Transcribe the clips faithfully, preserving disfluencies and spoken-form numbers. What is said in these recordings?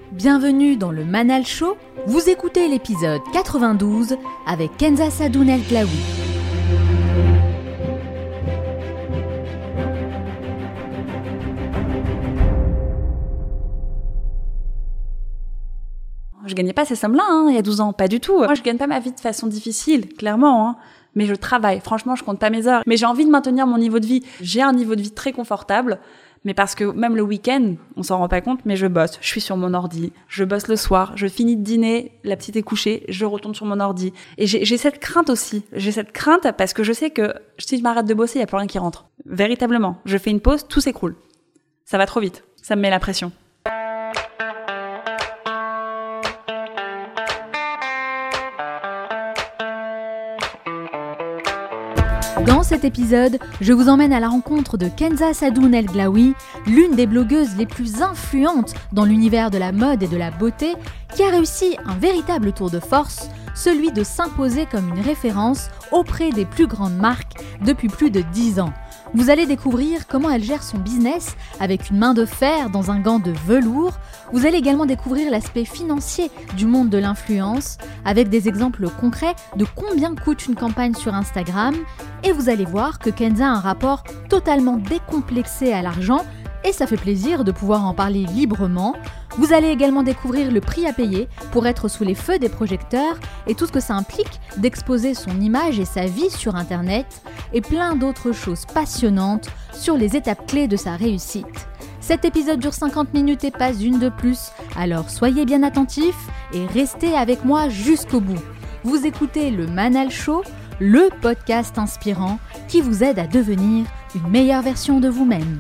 Bienvenue dans le Manal Show, vous écoutez l'épisode quatre-vingt-douze avec Kenza Sadoun El Glaoui. Je gagnais pas ces sommes-là, hein, il y a douze ans, pas du tout. Moi, je gagne pas ma vie de façon difficile, clairement, hein. Mais je travaille. Franchement, je compte pas mes heures. Mais j'ai envie de maintenir mon niveau de vie. J'ai un niveau de vie très confortable. Mais parce que même le week-end, on s'en rend pas compte, mais je bosse. Je suis sur mon ordi. Je bosse le soir. Je finis de dîner. La petite est couchée. Je retourne sur mon ordi. Et j'ai, j'ai cette crainte aussi. J'ai cette crainte parce que je sais que si je m'arrête de bosser, il y a plus rien qui rentre. Véritablement. Je fais une pause, tout s'écroule. Ça va trop vite. Ça me met la pression. Dans cet épisode, je vous emmène à la rencontre de Kenza Sadoun El Glaoui, l'une des blogueuses les plus influentes dans l'univers de la mode et de la beauté, qui a réussi un véritable tour de force, celui de s'imposer comme une référence auprès des plus grandes marques depuis plus de dix ans. Vous allez découvrir comment elle gère son business avec une main de fer dans un gant de velours. Vous allez également découvrir l'aspect financier du monde de l'influence avec des exemples concrets de combien coûte une campagne sur Instagram. Et vous allez voir que Kenza a un rapport totalement décomplexé à l'argent et ça fait plaisir de pouvoir en parler librement. Vous allez également découvrir le prix à payer pour être sous les feux des projecteurs et tout ce que ça implique d'exposer son image et sa vie sur Internet et plein d'autres choses passionnantes sur les étapes clés de sa réussite. Cet épisode dure cinquante minutes et pas une de plus, alors soyez bien attentifs et restez avec moi jusqu'au bout. Vous écoutez le Manal Show, le podcast inspirant qui vous aide à devenir une meilleure version de vous-même.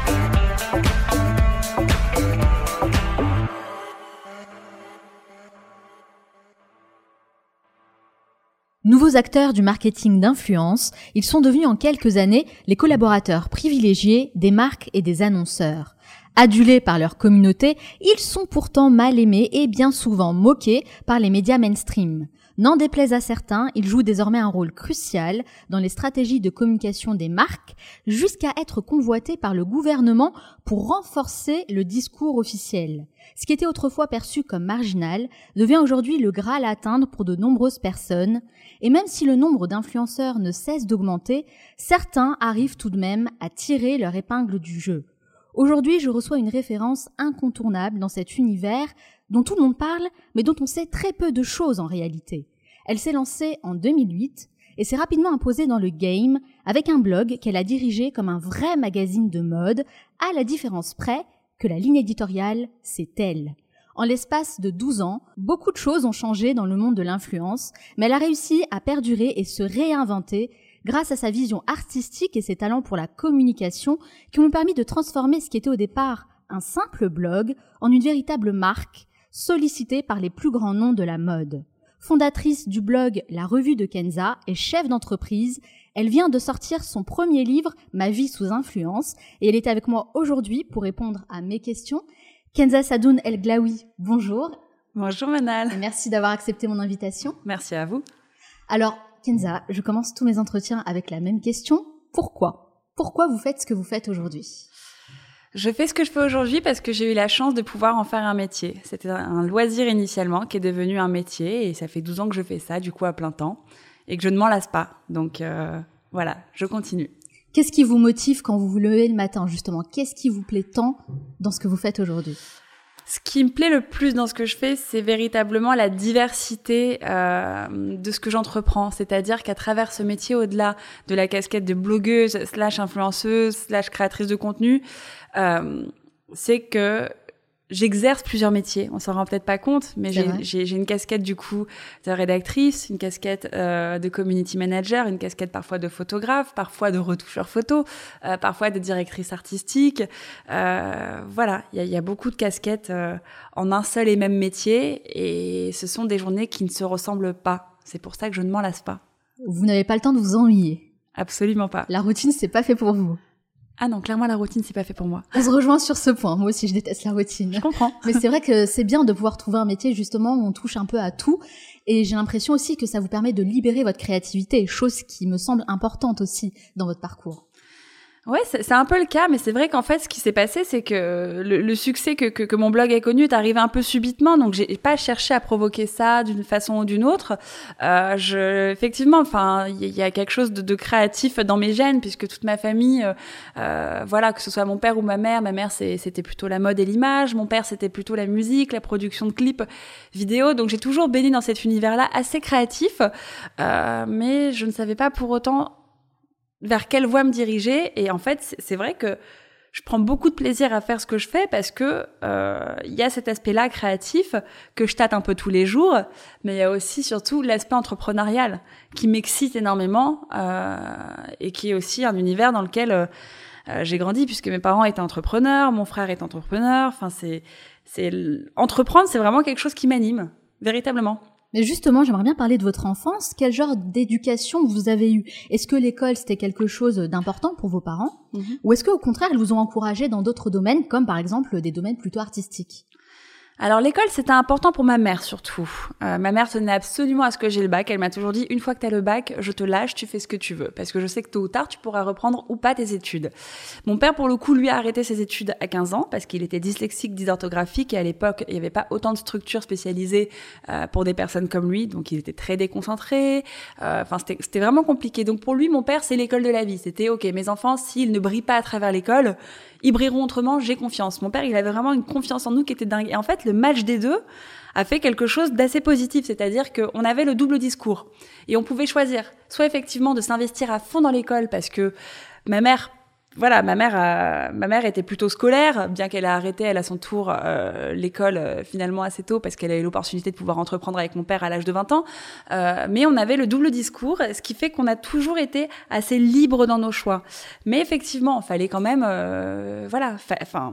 Nouveaux acteurs du marketing d'influence, ils sont devenus en quelques années les collaborateurs privilégiés des marques et des annonceurs. Adulés par leur communauté, ils sont pourtant mal aimés et bien souvent moqués par les médias mainstream. N'en déplaise à certains, ils jouent désormais un rôle crucial dans les stratégies de communication des marques, jusqu'à être convoités par le gouvernement pour renforcer le discours officiel. Ce qui était autrefois perçu comme marginal devient aujourd'hui le Graal à atteindre pour de nombreuses personnes, et même si le nombre d'influenceurs ne cesse d'augmenter, certains arrivent tout de même à tirer leur épingle du jeu. Aujourd'hui, je reçois une référence incontournable dans cet univers dont tout le monde parle, mais dont on sait très peu de choses en réalité. Elle s'est lancée en deux mille huit et s'est rapidement imposée dans le game avec un blog qu'elle a dirigé comme un vrai magazine de mode, à la différence près que la ligne éditoriale, c'est elle. En l'espace de douze ans, beaucoup de choses ont changé dans le monde de l'influence, mais elle a réussi à perdurer et se réinventer grâce à sa vision artistique et ses talents pour la communication qui ont permis de transformer ce qui était au départ un simple blog en une véritable marque sollicitée par les plus grands noms de la mode. Fondatrice du blog La Revue de Kenza et chef d'entreprise, elle vient de sortir son premier livre, Ma vie sous influence, et elle est avec moi aujourd'hui pour répondre à mes questions. Kenza Sadoun El Glaoui, bonjour. Bonjour Manal. Et merci d'avoir accepté mon invitation. Merci à vous. Alors, Kenza, je commence tous mes entretiens avec la même question. Pourquoi ? Pourquoi vous faites ce que vous faites aujourd'hui ? Je fais ce que je fais aujourd'hui parce que j'ai eu la chance de pouvoir en faire un métier. C'était un loisir initialement qui est devenu un métier et ça fait douze ans que je fais ça, du coup à plein temps, et que je ne m'en lasse pas. Donc euh, voilà, je continue. Qu'est-ce qui vous motive quand vous vous levez le matin, justement ? Qu'est-ce qui vous plaît tant dans ce que vous faites aujourd'hui ? Ce qui me plaît le plus dans ce que je fais, c'est véritablement la diversité euh, de ce que j'entreprends. C'est-à-dire qu'à travers ce métier, au-delà de la casquette de blogueuse, slash influenceuse, slash créatrice de contenu, euh, c'est que j'exerce plusieurs métiers. On s'en rend peut-être pas compte, mais j'ai, j'ai, j'ai une casquette du coup de rédactrice, une casquette euh, de community manager, une casquette parfois de photographe, parfois de retoucheur photo, euh, parfois de directrice artistique. Euh, voilà, il y a, y a beaucoup de casquettes euh, en un seul et même métier, et ce sont des journées qui ne se ressemblent pas. C'est pour ça que je ne m'en lasse pas. Vous n'avez pas le temps de vous ennuyer ? Absolument pas. La routine, c'est pas fait pour vous ? Ah non, clairement, la routine, c'est pas fait pour moi. On se rejoint sur ce point. Moi aussi, je déteste la routine. Je comprends. Mais c'est vrai que c'est bien de pouvoir trouver un métier, justement, où on touche un peu à tout. Et j'ai l'impression aussi que ça vous permet de libérer votre créativité, chose qui me semble importante aussi dans votre parcours. Ouais, c'est, c'est un peu le cas, mais c'est vrai qu'en fait, ce qui s'est passé, c'est que le, le succès que, que, que mon blog a connu est arrivé un peu subitement, donc j'ai pas cherché à provoquer ça d'une façon ou d'une autre. Euh, je, effectivement, enfin, il y, y a quelque chose de, de créatif dans mes gènes, puisque toute ma famille, euh, euh, voilà, que ce soit mon père ou ma mère, ma mère c'est, c'était plutôt la mode et l'image, mon père c'était plutôt la musique, la production de clips vidéo, donc j'ai toujours baigné dans cet univers-là assez créatif, euh, mais je ne savais pas pour autant vers quelle voie me diriger. Et en fait, c'est vrai que je prends beaucoup de plaisir à faire ce que je fais parce que euh, il y a cet aspect-là créatif que je tâte un peu tous les jours, mais il y a aussi surtout l'aspect entrepreneurial qui m'excite énormément euh, et qui est aussi un univers dans lequel euh, j'ai grandi puisque mes parents étaient entrepreneurs, mon frère est entrepreneur. Enfin, c'est c'est entreprendre, c'est vraiment quelque chose qui m'anime véritablement. Mais justement, j'aimerais bien parler de votre enfance. Quel genre d'éducation vous avez eu? Est-ce que l'école, c'était quelque chose d'important pour vos parents? Mm-hmm. Ou est-ce qu'au contraire, ils vous ont encouragé dans d'autres domaines, comme par exemple des domaines plutôt artistiques? Alors l'école, c'était important pour ma mère surtout. Euh, ma mère tenait absolument à ce que j'ai le bac. Elle m'a toujours dit, une fois que t'as le bac, je te lâche, tu fais ce que tu veux. Parce que je sais que tôt ou tard, tu pourras reprendre ou pas tes études. Mon père, pour le coup, lui a arrêté ses études à quinze ans parce qu'il était dyslexique, dysorthographique et à l'époque, il n'y avait pas autant de structures spécialisées euh, pour des personnes comme lui. Donc il était très déconcentré. Euh, enfin, c'était, c'était vraiment compliqué. Donc pour lui, mon père, c'est l'école de la vie. C'était, ok, mes enfants, s'ils ne brillent pas à travers l'école, ils brilleront autrement, j'ai confiance. Mon père, il avait vraiment une confiance en nous qui était dingue. Et en fait, le match des deux a fait quelque chose d'assez positif, c'est-à-dire qu'on avait le double discours. Et on pouvait choisir, soit effectivement de s'investir à fond dans l'école, parce que ma mère, voilà, ma mère, a, ma mère était plutôt scolaire, bien qu'elle a arrêté, elle à son tour, euh, l'école euh, finalement assez tôt, parce qu'elle a eu l'opportunité de pouvoir entreprendre avec mon père à l'âge de vingt ans. Euh, mais on avait le double discours, ce qui fait qu'on a toujours été assez libre dans nos choix. Mais effectivement, il fallait quand même, euh, voilà, enfin,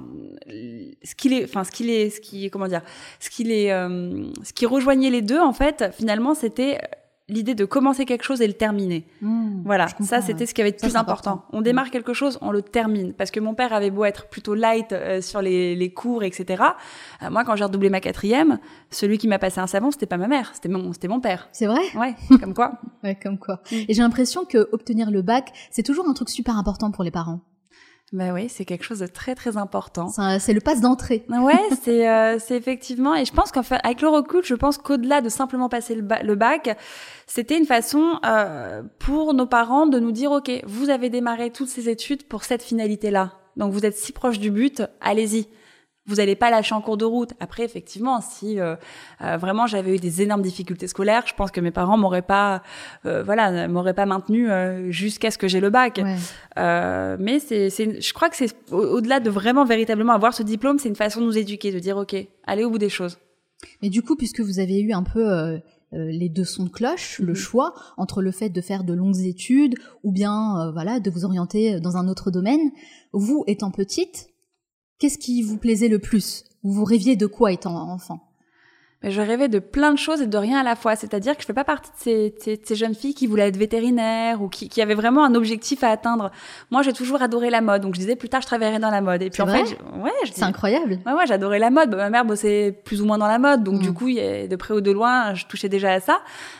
ce qui les, enfin, ce qui les, ce qui, comment dire, ce qui les, euh, ce qui rejoignait les deux, en fait, finalement, c'était l'idée de commencer quelque chose et le terminer. Mmh, voilà, ça c'était ouais. ce qui avait de ça, plus important. important. On démarre mmh. quelque chose, on le termine. Parce que mon père avait beau être plutôt light euh, sur les, les cours, et cetera. Euh, moi, quand j'ai redoublé ma quatrième, celui qui m'a passé un savon, c'était pas ma mère, c'était mon, c'était mon père. C'est vrai? Ouais, comme quoi. Ouais, comme quoi. Mmh. Et j'ai l'impression que obtenir le bac, c'est toujours un truc super important pour les parents. Ben oui, c'est quelque chose de très très important. C'est, c'est le passe d'entrée. Ouais, c'est euh, c'est effectivement, et je pense qu'en fait, avec le recul, je pense qu'au-delà de simplement passer le, ba- le bac, c'était une façon euh, pour nos parents de nous dire, ok, vous avez démarré toutes ces études pour cette finalité-là, donc vous êtes si proche du but, allez-y. Vous n'allez pas lâcher en cours de route. Après, effectivement, si euh, euh, vraiment j'avais eu des énormes difficultés scolaires, je pense que mes parents m'auraient pas, euh, voilà, m'auraient pas maintenu euh, jusqu'à ce que j'ai le bac. Ouais. Euh, mais c'est, c'est, je crois que c'est au- au-delà de vraiment véritablement avoir ce diplôme, c'est une façon de nous éduquer, de dire ok, allez au bout des choses. Mais du coup, puisque vous avez eu un peu euh, euh, les deux sons de cloche, mmh. le choix entre le fait de faire de longues études ou bien euh, voilà de vous orienter dans un autre domaine, vous étant petite, qu'est-ce qui vous plaisait le plus? Vous rêviez de quoi étant enfant? Je rêvais de plein de choses et de rien à la fois. C'est-à-dire que je fais pas partie de ces, ces, ces jeunes filles qui voulaient être vétérinaires ou qui, qui avaient vraiment un objectif à atteindre. Moi, j'ai toujours adoré la mode. Donc, je disais, plus tard, je travaillerai dans la mode. Et puis, c'est en vrai fait, je, ouais, je c'est dis, incroyable. Ouais, ouais, j'adorais la mode. Ma mère bossait plus ou moins dans la mode. Donc, mmh. du coup, de près ou de loin, je touchais déjà à ça.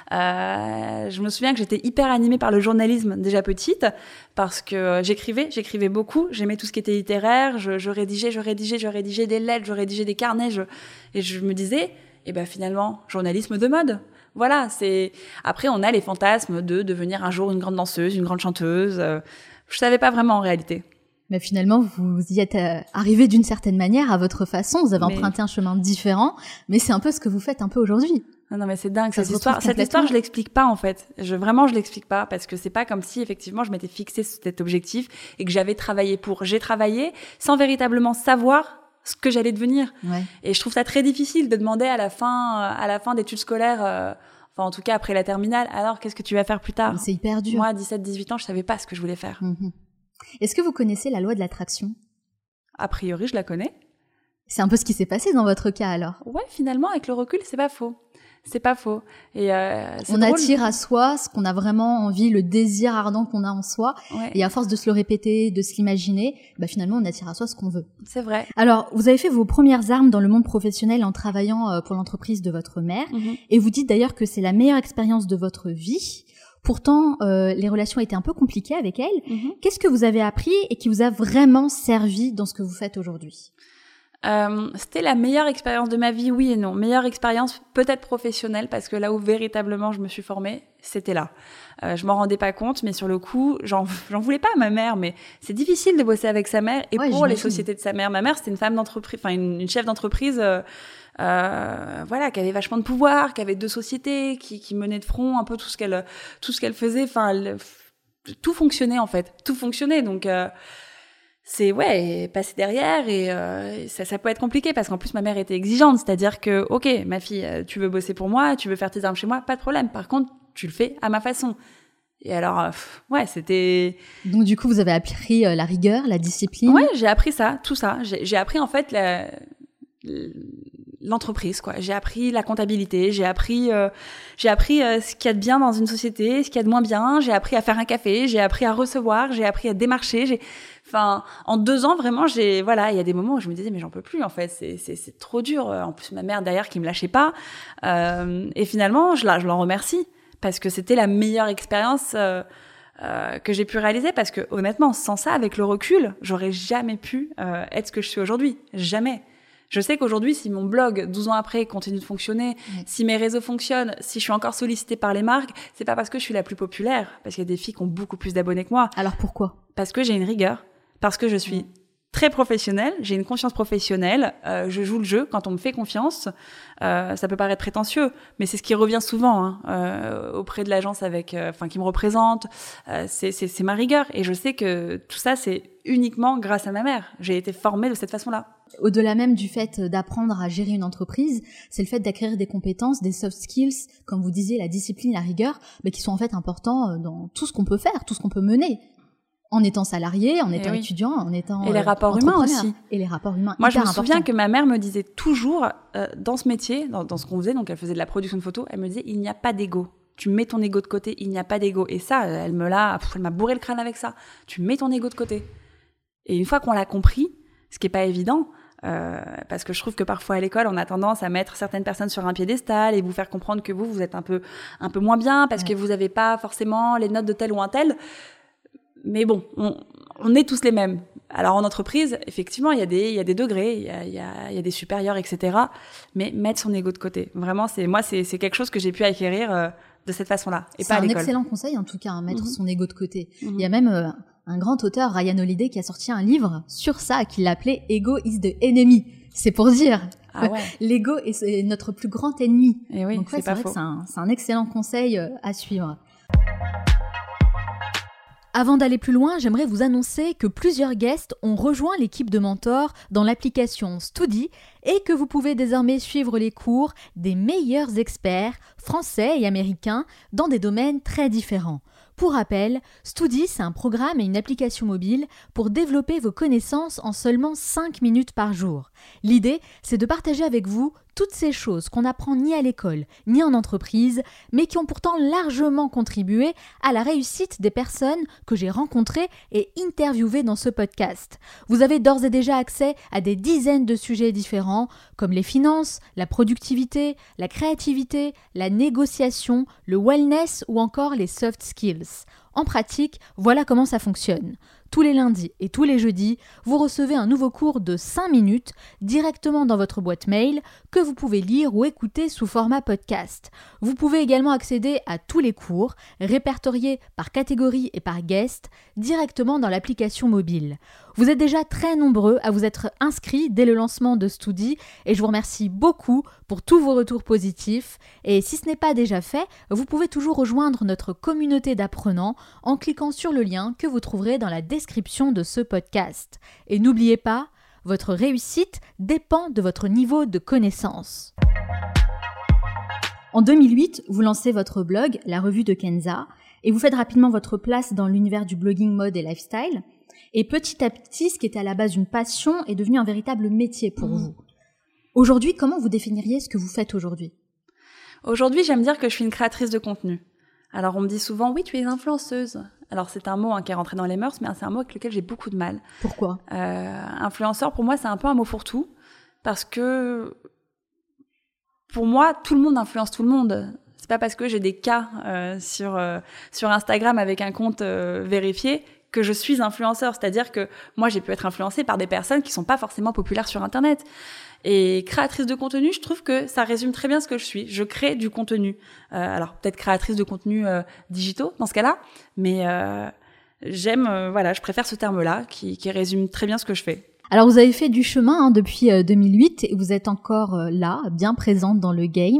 Euh, je me souviens que j'étais hyper animée par le journalisme déjà petite parce que j'écrivais, j'écrivais beaucoup. J'aimais tout ce qui était littéraire. Je, je rédigeais, je rédigeais, je rédigeais des lettres, je rédigeais des carnets. Je, et je me disais, et ben finalement, journalisme de mode. Voilà, c'est. Après, on a les fantasmes de devenir un jour une grande danseuse, une grande chanteuse. Je savais pas vraiment en réalité. Mais finalement, vous y êtes arrivé d'une certaine manière à votre façon. Vous avez mais... emprunté un chemin différent, mais c'est un peu ce que vous faites un peu aujourd'hui. Non, non, mais c'est dingue. Cette histoire, cette histoire, je l'explique pas en fait. Je vraiment, je l'explique pas parce que c'est pas comme si effectivement je m'étais fixé cet objectif et que j'avais travaillé pour. J'ai travaillé sans véritablement savoir ce que j'allais devenir. Ouais. Et je trouve ça très difficile de demander à la fin, à la fin d'études scolaires, euh, enfin en tout cas après la terminale, alors qu'est-ce que tu vas faire plus tard? C'est hyper dur. Moi, à dix-sept dix-huit ans, je savais pas ce que je voulais faire. Mm-hmm. Est-ce que vous connaissez la loi de l'attraction? A priori, je la connais. C'est un peu ce qui s'est passé dans votre cas alors. Ouais, finalement, avec le recul, c'est pas faux. C'est pas faux. Et euh, c'est on drôle. attire à soi ce qu'on a vraiment envie, le désir ardent qu'on a en soi. Ouais. Et à force de se le répéter, de se l'imaginer, bah finalement, on attire à soi ce qu'on veut. C'est vrai. Alors, vous avez fait vos premières armes dans le monde professionnel en travaillant pour l'entreprise de votre mère. Mm-hmm. Et vous dites d'ailleurs que c'est la meilleure expérience de votre vie. Pourtant, euh, les relations étaient un peu compliquées avec elle. Mm-hmm. Qu'est-ce que vous avez appris et qui vous a vraiment servi dans ce que vous faites aujourd'hui ? Euh, c'était la meilleure expérience de ma vie, oui et non. Meilleure expérience peut-être professionnelle, parce que là où véritablement je me suis formée, c'était là. Euh, je m'en rendais pas compte, mais sur le coup, j'en, j'en voulais pas à ma mère, mais c'est difficile de bosser avec sa mère et ouais, pour j'imagine. les sociétés de sa mère. Ma mère, c'était une femme d'entreprise, enfin une, une chef d'entreprise, euh, euh, voilà, qui avait vachement de pouvoir, qui avait deux sociétés, qui, qui menait de front un peu tout ce qu'elle, tout ce qu'elle faisait. Enfin, elle, tout fonctionnait en fait, tout fonctionnait. Donc euh, c'est ouais passer derrière et euh, ça ça peut être compliqué parce qu'en plus ma mère était exigeante, c'est-à-dire que ok ma fille, tu veux bosser pour moi, tu veux faire tes armes chez moi, pas de problème, par contre tu le fais à ma façon. Et alors euh, ouais c'était donc du coup vous avez appris euh, la rigueur, la discipline. Ouais, j'ai appris ça, tout ça, j'ai, j'ai appris en fait la, l'entreprise quoi, j'ai appris la comptabilité, j'ai appris euh, j'ai appris euh, ce qu'il y a de bien dans une société, ce qu'il y a de moins bien, j'ai appris à faire un café, j'ai appris à recevoir, j'ai appris à démarcher, j'ai enfin en deux ans vraiment j'ai voilà, il y a des moments où je me disais mais j'en peux plus en fait, c'est c'est c'est trop dur, en plus ma mère derrière qui me lâchait pas euh, et finalement je la je l'en remercie parce que c'était la meilleure expérience euh, euh, que j'ai pu réaliser parce que honnêtement sans ça avec le recul, j'aurais jamais pu euh, être ce que je suis aujourd'hui, jamais. Je sais qu'aujourd'hui, si mon blog, douze ans après, continue de fonctionner, mmh. si mes réseaux fonctionnent, si je suis encore sollicitée par les marques, c'est pas parce que je suis la plus populaire, parce qu'il y a des filles qui ont beaucoup plus d'abonnés que moi. Alors pourquoi ? Parce que j'ai une rigueur, parce que je suis mmh. très professionnelle, j'ai une conscience professionnelle, euh, je joue le jeu quand on me fait confiance. Euh, ça peut paraître prétentieux, mais c'est ce qui revient souvent hein, euh, auprès de l'agence avec, enfin, euh, qui me représente. Euh, c'est, c'est, c'est ma rigueur, et je sais que tout ça, c'est uniquement grâce à ma mère. J'ai été formée de cette façon-là. Au-delà même du fait d'apprendre à gérer une entreprise, c'est le fait d'acquérir des compétences, des soft skills, comme vous disiez, la discipline, la rigueur, mais qui sont en fait importants dans tout ce qu'on peut faire, tout ce qu'on peut mener. En étant salarié, en étant oui. étudiant, en étant et les rapports humains aussi. Et les rapports humains. Moi, je me important. souviens que ma mère me disait toujours euh, dans ce métier, dans, dans ce qu'on faisait, donc elle faisait de la production de photos, elle me disait il n'y a pas d'ego. Tu mets ton ego de côté, il n'y a pas d'ego. Et ça, elle me l'a, elle m'a bourré le crâne avec ça. Tu mets ton ego de côté. Et une fois qu'on l'a compris, ce qui est pas évident. Euh, parce que je trouve que parfois à l'école on a tendance à mettre certaines personnes sur un piédestal et vous faire comprendre que vous vous êtes un peu un peu moins bien parce ouais. que vous avez pas forcément les notes de tel ou un tel, mais bon on, on est tous les mêmes. Alors en entreprise effectivement il y a des il y a des degrés, il y a il y a il y a des supérieurs, etc., mais mettre son ego de côté, vraiment c'est moi c'est c'est quelque chose que j'ai pu acquérir euh, de cette façon-là et c'est pas à un l'école. Excellent conseil en tout cas, hein, mettre mm-hmm. son ego de côté. Mm-hmm. Il y a même euh, un grand auteur, Ryan Holiday, qui a sorti un livre sur ça, qu'il l'appelait « Ego is the enemy ». C'est pour dire. Ah ouais. L'ego est notre plus grand ennemi. Et oui, donc ouais, c'est, c'est pas vrai faux. que c'est un, c'est un excellent conseil à suivre. Avant d'aller plus loin, j'aimerais vous annoncer que plusieurs guests ont rejoint l'équipe de mentors dans l'application Studi et que vous pouvez désormais suivre les cours des meilleurs experts français et américains dans des domaines très différents. Pour rappel, Studi, c'est un programme et une application mobile pour développer vos connaissances en seulement cinq minutes par jour. L'idée, c'est de partager avec vous toutes ces choses qu'on n'apprend ni à l'école, ni en entreprise, mais qui ont pourtant largement contribué à la réussite des personnes que j'ai rencontrées et interviewées dans ce podcast. Vous avez d'ores et déjà accès à des dizaines de sujets différents, comme les finances, la productivité, la créativité, la négociation, le wellness ou encore les soft skills. En pratique, voilà comment ça fonctionne. Tous les lundis et tous les jeudis, vous recevez un nouveau cours de cinq minutes directement dans votre boîte mail que vous pouvez lire ou écouter sous format podcast. Vous pouvez également accéder à tous les cours, répertoriés par catégorie et par guest, directement dans l'application mobile. Vous êtes déjà très nombreux à vous être inscrits dès le lancement de Studi et je vous remercie beaucoup pour tous vos retours positifs. Et si ce n'est pas déjà fait, vous pouvez toujours rejoindre notre communauté d'apprenants en cliquant sur le lien que vous trouverez dans la description de ce podcast. Et n'oubliez pas, votre réussite dépend de votre niveau de connaissance. En deux mille huit, vous lancez votre blog, La Revue de Kenza, et vous faites rapidement votre place dans l'univers du blogging mode et lifestyle. Et petit à petit, ce qui était à la base une passion est devenu un véritable métier pour mmh. vous. Aujourd'hui, comment vous définiriez ce que vous faites aujourd'hui ? Aujourd'hui, j'aime dire que je suis une créatrice de contenu. Alors, on me dit souvent, oui, tu es influenceuse. Alors, c'est un mot hein, qui est rentré dans les mœurs, mais c'est un mot avec lequel j'ai beaucoup de mal. Pourquoi ? euh, Influenceur, pour moi, c'est un peu un mot fourre-tout, parce que pour moi, tout le monde influence tout le monde. C'est pas parce que j'ai des cas euh, sur euh, sur Instagram avec un compte euh, vérifié que je suis influenceur. C'est-à-dire que moi, j'ai pu être influencée par des personnes qui sont pas forcément populaires sur Internet. Et créatrice de contenu, je trouve que ça résume très bien ce que je suis. Je crée du contenu. Euh, alors peut-être créatrice de contenu euh, digitaux dans ce cas-là, mais euh, j'aime, euh, voilà, je préfère ce terme-là qui, qui résume très bien ce que je fais. Alors vous avez fait du chemin hein, depuis euh, deux mille huit et vous êtes encore euh, là, bien présente dans le game.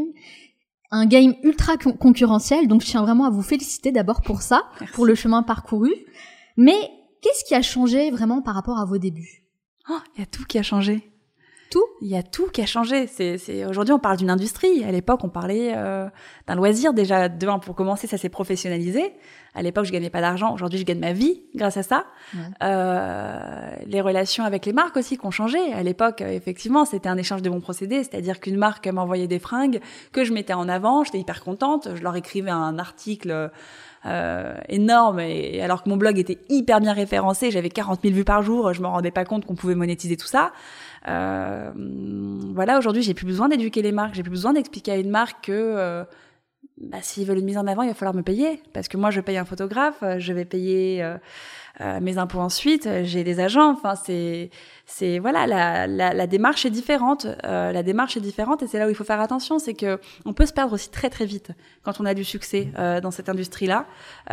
Un game ultra con- concurrentiel, donc je tiens vraiment à vous féliciter d'abord pour ça, Merci. Pour le chemin parcouru. Mais qu'est-ce qui a changé vraiment par rapport à vos débuts ? Oh, il y a tout qui a changé. Tout ? Il y a tout qui a changé. C'est, c'est... Aujourd'hui, on parle d'une industrie. À l'époque, on parlait euh, d'un loisir. Déjà, de un, pour commencer, ça s'est professionnalisé. À l'époque, je gagnais pas d'argent. Aujourd'hui, je gagne ma vie grâce à ça. Ouais. Euh, les relations avec les marques aussi qui ont changé. À l'époque, effectivement, c'était un échange de bons procédés. C'est-à-dire qu'une marque m'envoyait des fringues que je mettais en avant. J'étais hyper contente. Je leur écrivais un article euh, énorme. Et alors que mon blog était hyper bien référencé, j'avais quarante mille vues par jour. Je me rendais pas compte qu'on pouvait monétiser tout ça. Euh, voilà, aujourd'hui, j'ai plus besoin d'éduquer les marques, j'ai plus besoin d'expliquer à une marque que euh, bah, s'ils veulent une mise en avant, il va falloir me payer, parce que moi, je paye un photographe, je vais payer euh, euh, mes impôts ensuite, j'ai des agents. Enfin, c'est, c'est voilà, la, la, la démarche est différente. Euh, la démarche est différente, et c'est là où il faut faire attention, c'est que on peut se perdre aussi très très vite quand on a du succès euh, dans cette industrie-là,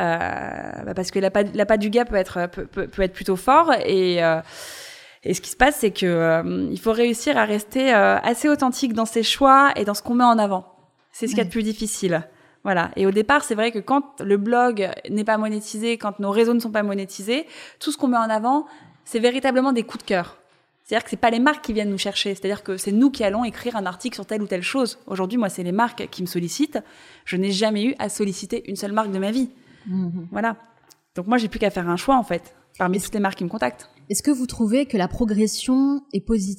euh, bah, parce que l'appât, l'appât du gars peut être peut, peut, peut être plutôt fort et euh, Et ce qui se passe, c'est que euh, il faut réussir à rester euh, assez authentique dans ses choix et dans ce qu'on met en avant. C'est ce ouais. qu'il y a de plus difficile. Voilà. Et au départ, c'est vrai que quand le blog n'est pas monétisé, quand nos réseaux ne sont pas monétisés, tout ce qu'on met en avant, c'est véritablement des coups de cœur. C'est-à-dire que c'est pas les marques qui viennent nous chercher. C'est-à-dire que c'est nous qui allons écrire un article sur telle ou telle chose. Aujourd'hui, moi, c'est les marques qui me sollicitent. Je n'ai jamais eu à solliciter une seule marque de ma vie. Mmh. Voilà. Donc moi, j'ai plus qu'à faire un choix, en fait, parmi toutes les marques qui me contactent. Est-ce que vous trouvez que la progression est positive ?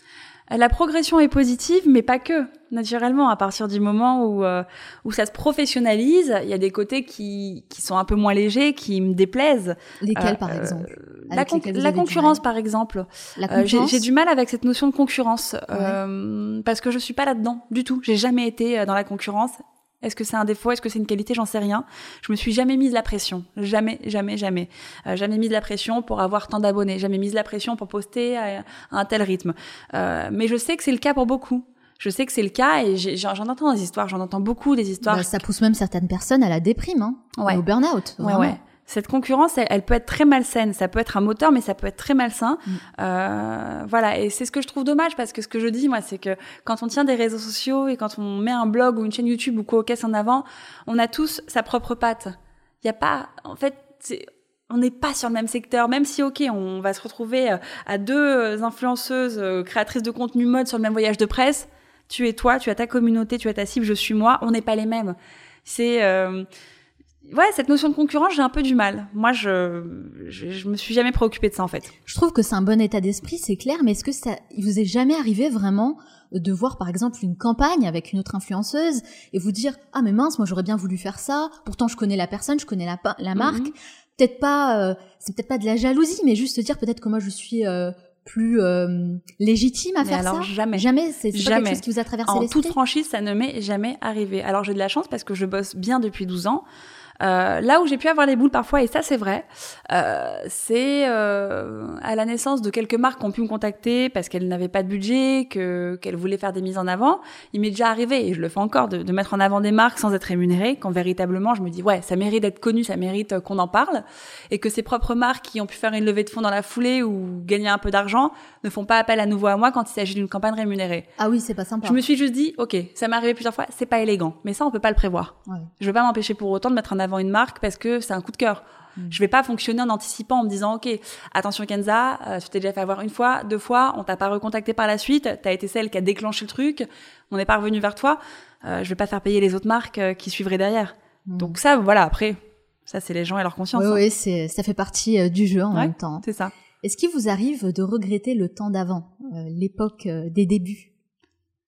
La progression est positive, mais pas que. Naturellement, à partir du moment où euh, où ça se professionnalise, il y a des côtés qui qui sont un peu moins légers, qui me déplaisent. Lesquels, euh, par exemple ? La, con- la concurrence, par exemple. La concurrence. Euh, j'ai, j'ai du mal avec cette notion de concurrence ouais. euh, parce que je suis pas là-dedans du tout. J'ai jamais été dans la concurrence. Est-ce que c'est un défaut? Est-ce que c'est une qualité? J'en sais rien. Je me suis jamais mise la pression. Jamais, jamais, jamais. Euh, jamais mise la pression pour avoir tant d'abonnés. Jamais mise la pression pour poster à, à un tel rythme. Euh, mais je sais que c'est le cas pour beaucoup. Je sais que c'est le cas et j'ai, j'en, j'en entends des histoires. J'en entends beaucoup des histoires. Bah, ça pousse même certaines personnes à la déprime, hein, ouais. au burn-out. Ouais, ouais. Cette concurrence, elle, elle peut être très malsaine. Ça peut être un moteur, mais ça peut être très malsain. Mm. Euh, voilà. Et c'est ce que je trouve dommage parce que ce que je dis, moi, c'est que quand on tient des réseaux sociaux et quand on met un blog ou une chaîne YouTube ou quoi caisse en avant, on a tous sa propre patte. Il y a pas, en fait, c'est, on n'est pas sur le même secteur. Même si, ok, on va se retrouver à deux influenceuses, créatrices de contenu mode sur le même voyage de presse. Tu es toi, tu as ta communauté, tu as ta cible, je suis moi. On n'est pas les mêmes. C'est, euh, Ouais, cette notion de concurrence, j'ai un peu du mal. Moi, je, je, je me suis jamais préoccupée de ça, en fait. Je trouve que c'est un bon état d'esprit, c'est clair, mais est-ce que ça, il vous est jamais arrivé vraiment de voir, par exemple, une campagne avec une autre influenceuse et vous dire, ah, mais mince, moi, j'aurais bien voulu faire ça. Pourtant, je connais la personne, je connais la, la marque. Mm-hmm. Peut-être pas, euh, c'est peut-être pas de la jalousie, mais juste se dire peut-être que moi, je suis, euh, plus euh, légitime à mais faire alors, ça. Jamais. Jamais. C'est, c'est jamais. Pas quelque chose qui vous a traversé en l'esprit. En toute franchise, ça ne m'est jamais arrivé. Alors, j'ai de la chance parce que je bosse bien depuis douze ans. Euh, là où j'ai pu avoir les boules parfois, et ça c'est vrai, euh, c'est euh, à la naissance de quelques marques qui ont pu me contacter parce qu'elles n'avaient pas de budget, que qu'elles voulaient faire des mises en avant. Il m'est déjà arrivé, et je le fais encore, de, de mettre en avant des marques sans être rémunérée, quand véritablement je me dis ouais, ça mérite d'être connu, ça mérite qu'on en parle, et que ces propres marques qui ont pu faire une levée de fonds dans la foulée ou gagner un peu d'argent ne font pas appel à nouveau à moi quand il s'agit d'une campagne rémunérée. Ah oui, c'est pas sympa. Je me suis juste dit ok, ça m'est arrivé plusieurs fois, c'est pas élégant, mais ça on peut pas le prévoir. Ouais. Je vais pas m'empêcher pour autant de mettre en avant une marque parce que c'est un coup de cœur. Mmh. Je vais pas fonctionner en anticipant en me disant ok, attention Kenza, euh, tu t'es déjà fait avoir une fois, deux fois, on t'a pas recontacté par la suite, t'as été celle qui a déclenché le truc, on n'est pas revenu vers toi, euh, je vais pas faire payer les autres marques euh, qui suivraient derrière. Mmh. Donc ça, voilà, après, ça c'est les gens et leur conscience. Oui, hein. oui, c'est, ça fait partie euh, du jeu en ouais, même temps. C'est ça. Est-ce qu'il vous arrive de regretter le temps d'avant, euh, l'époque euh, des débuts?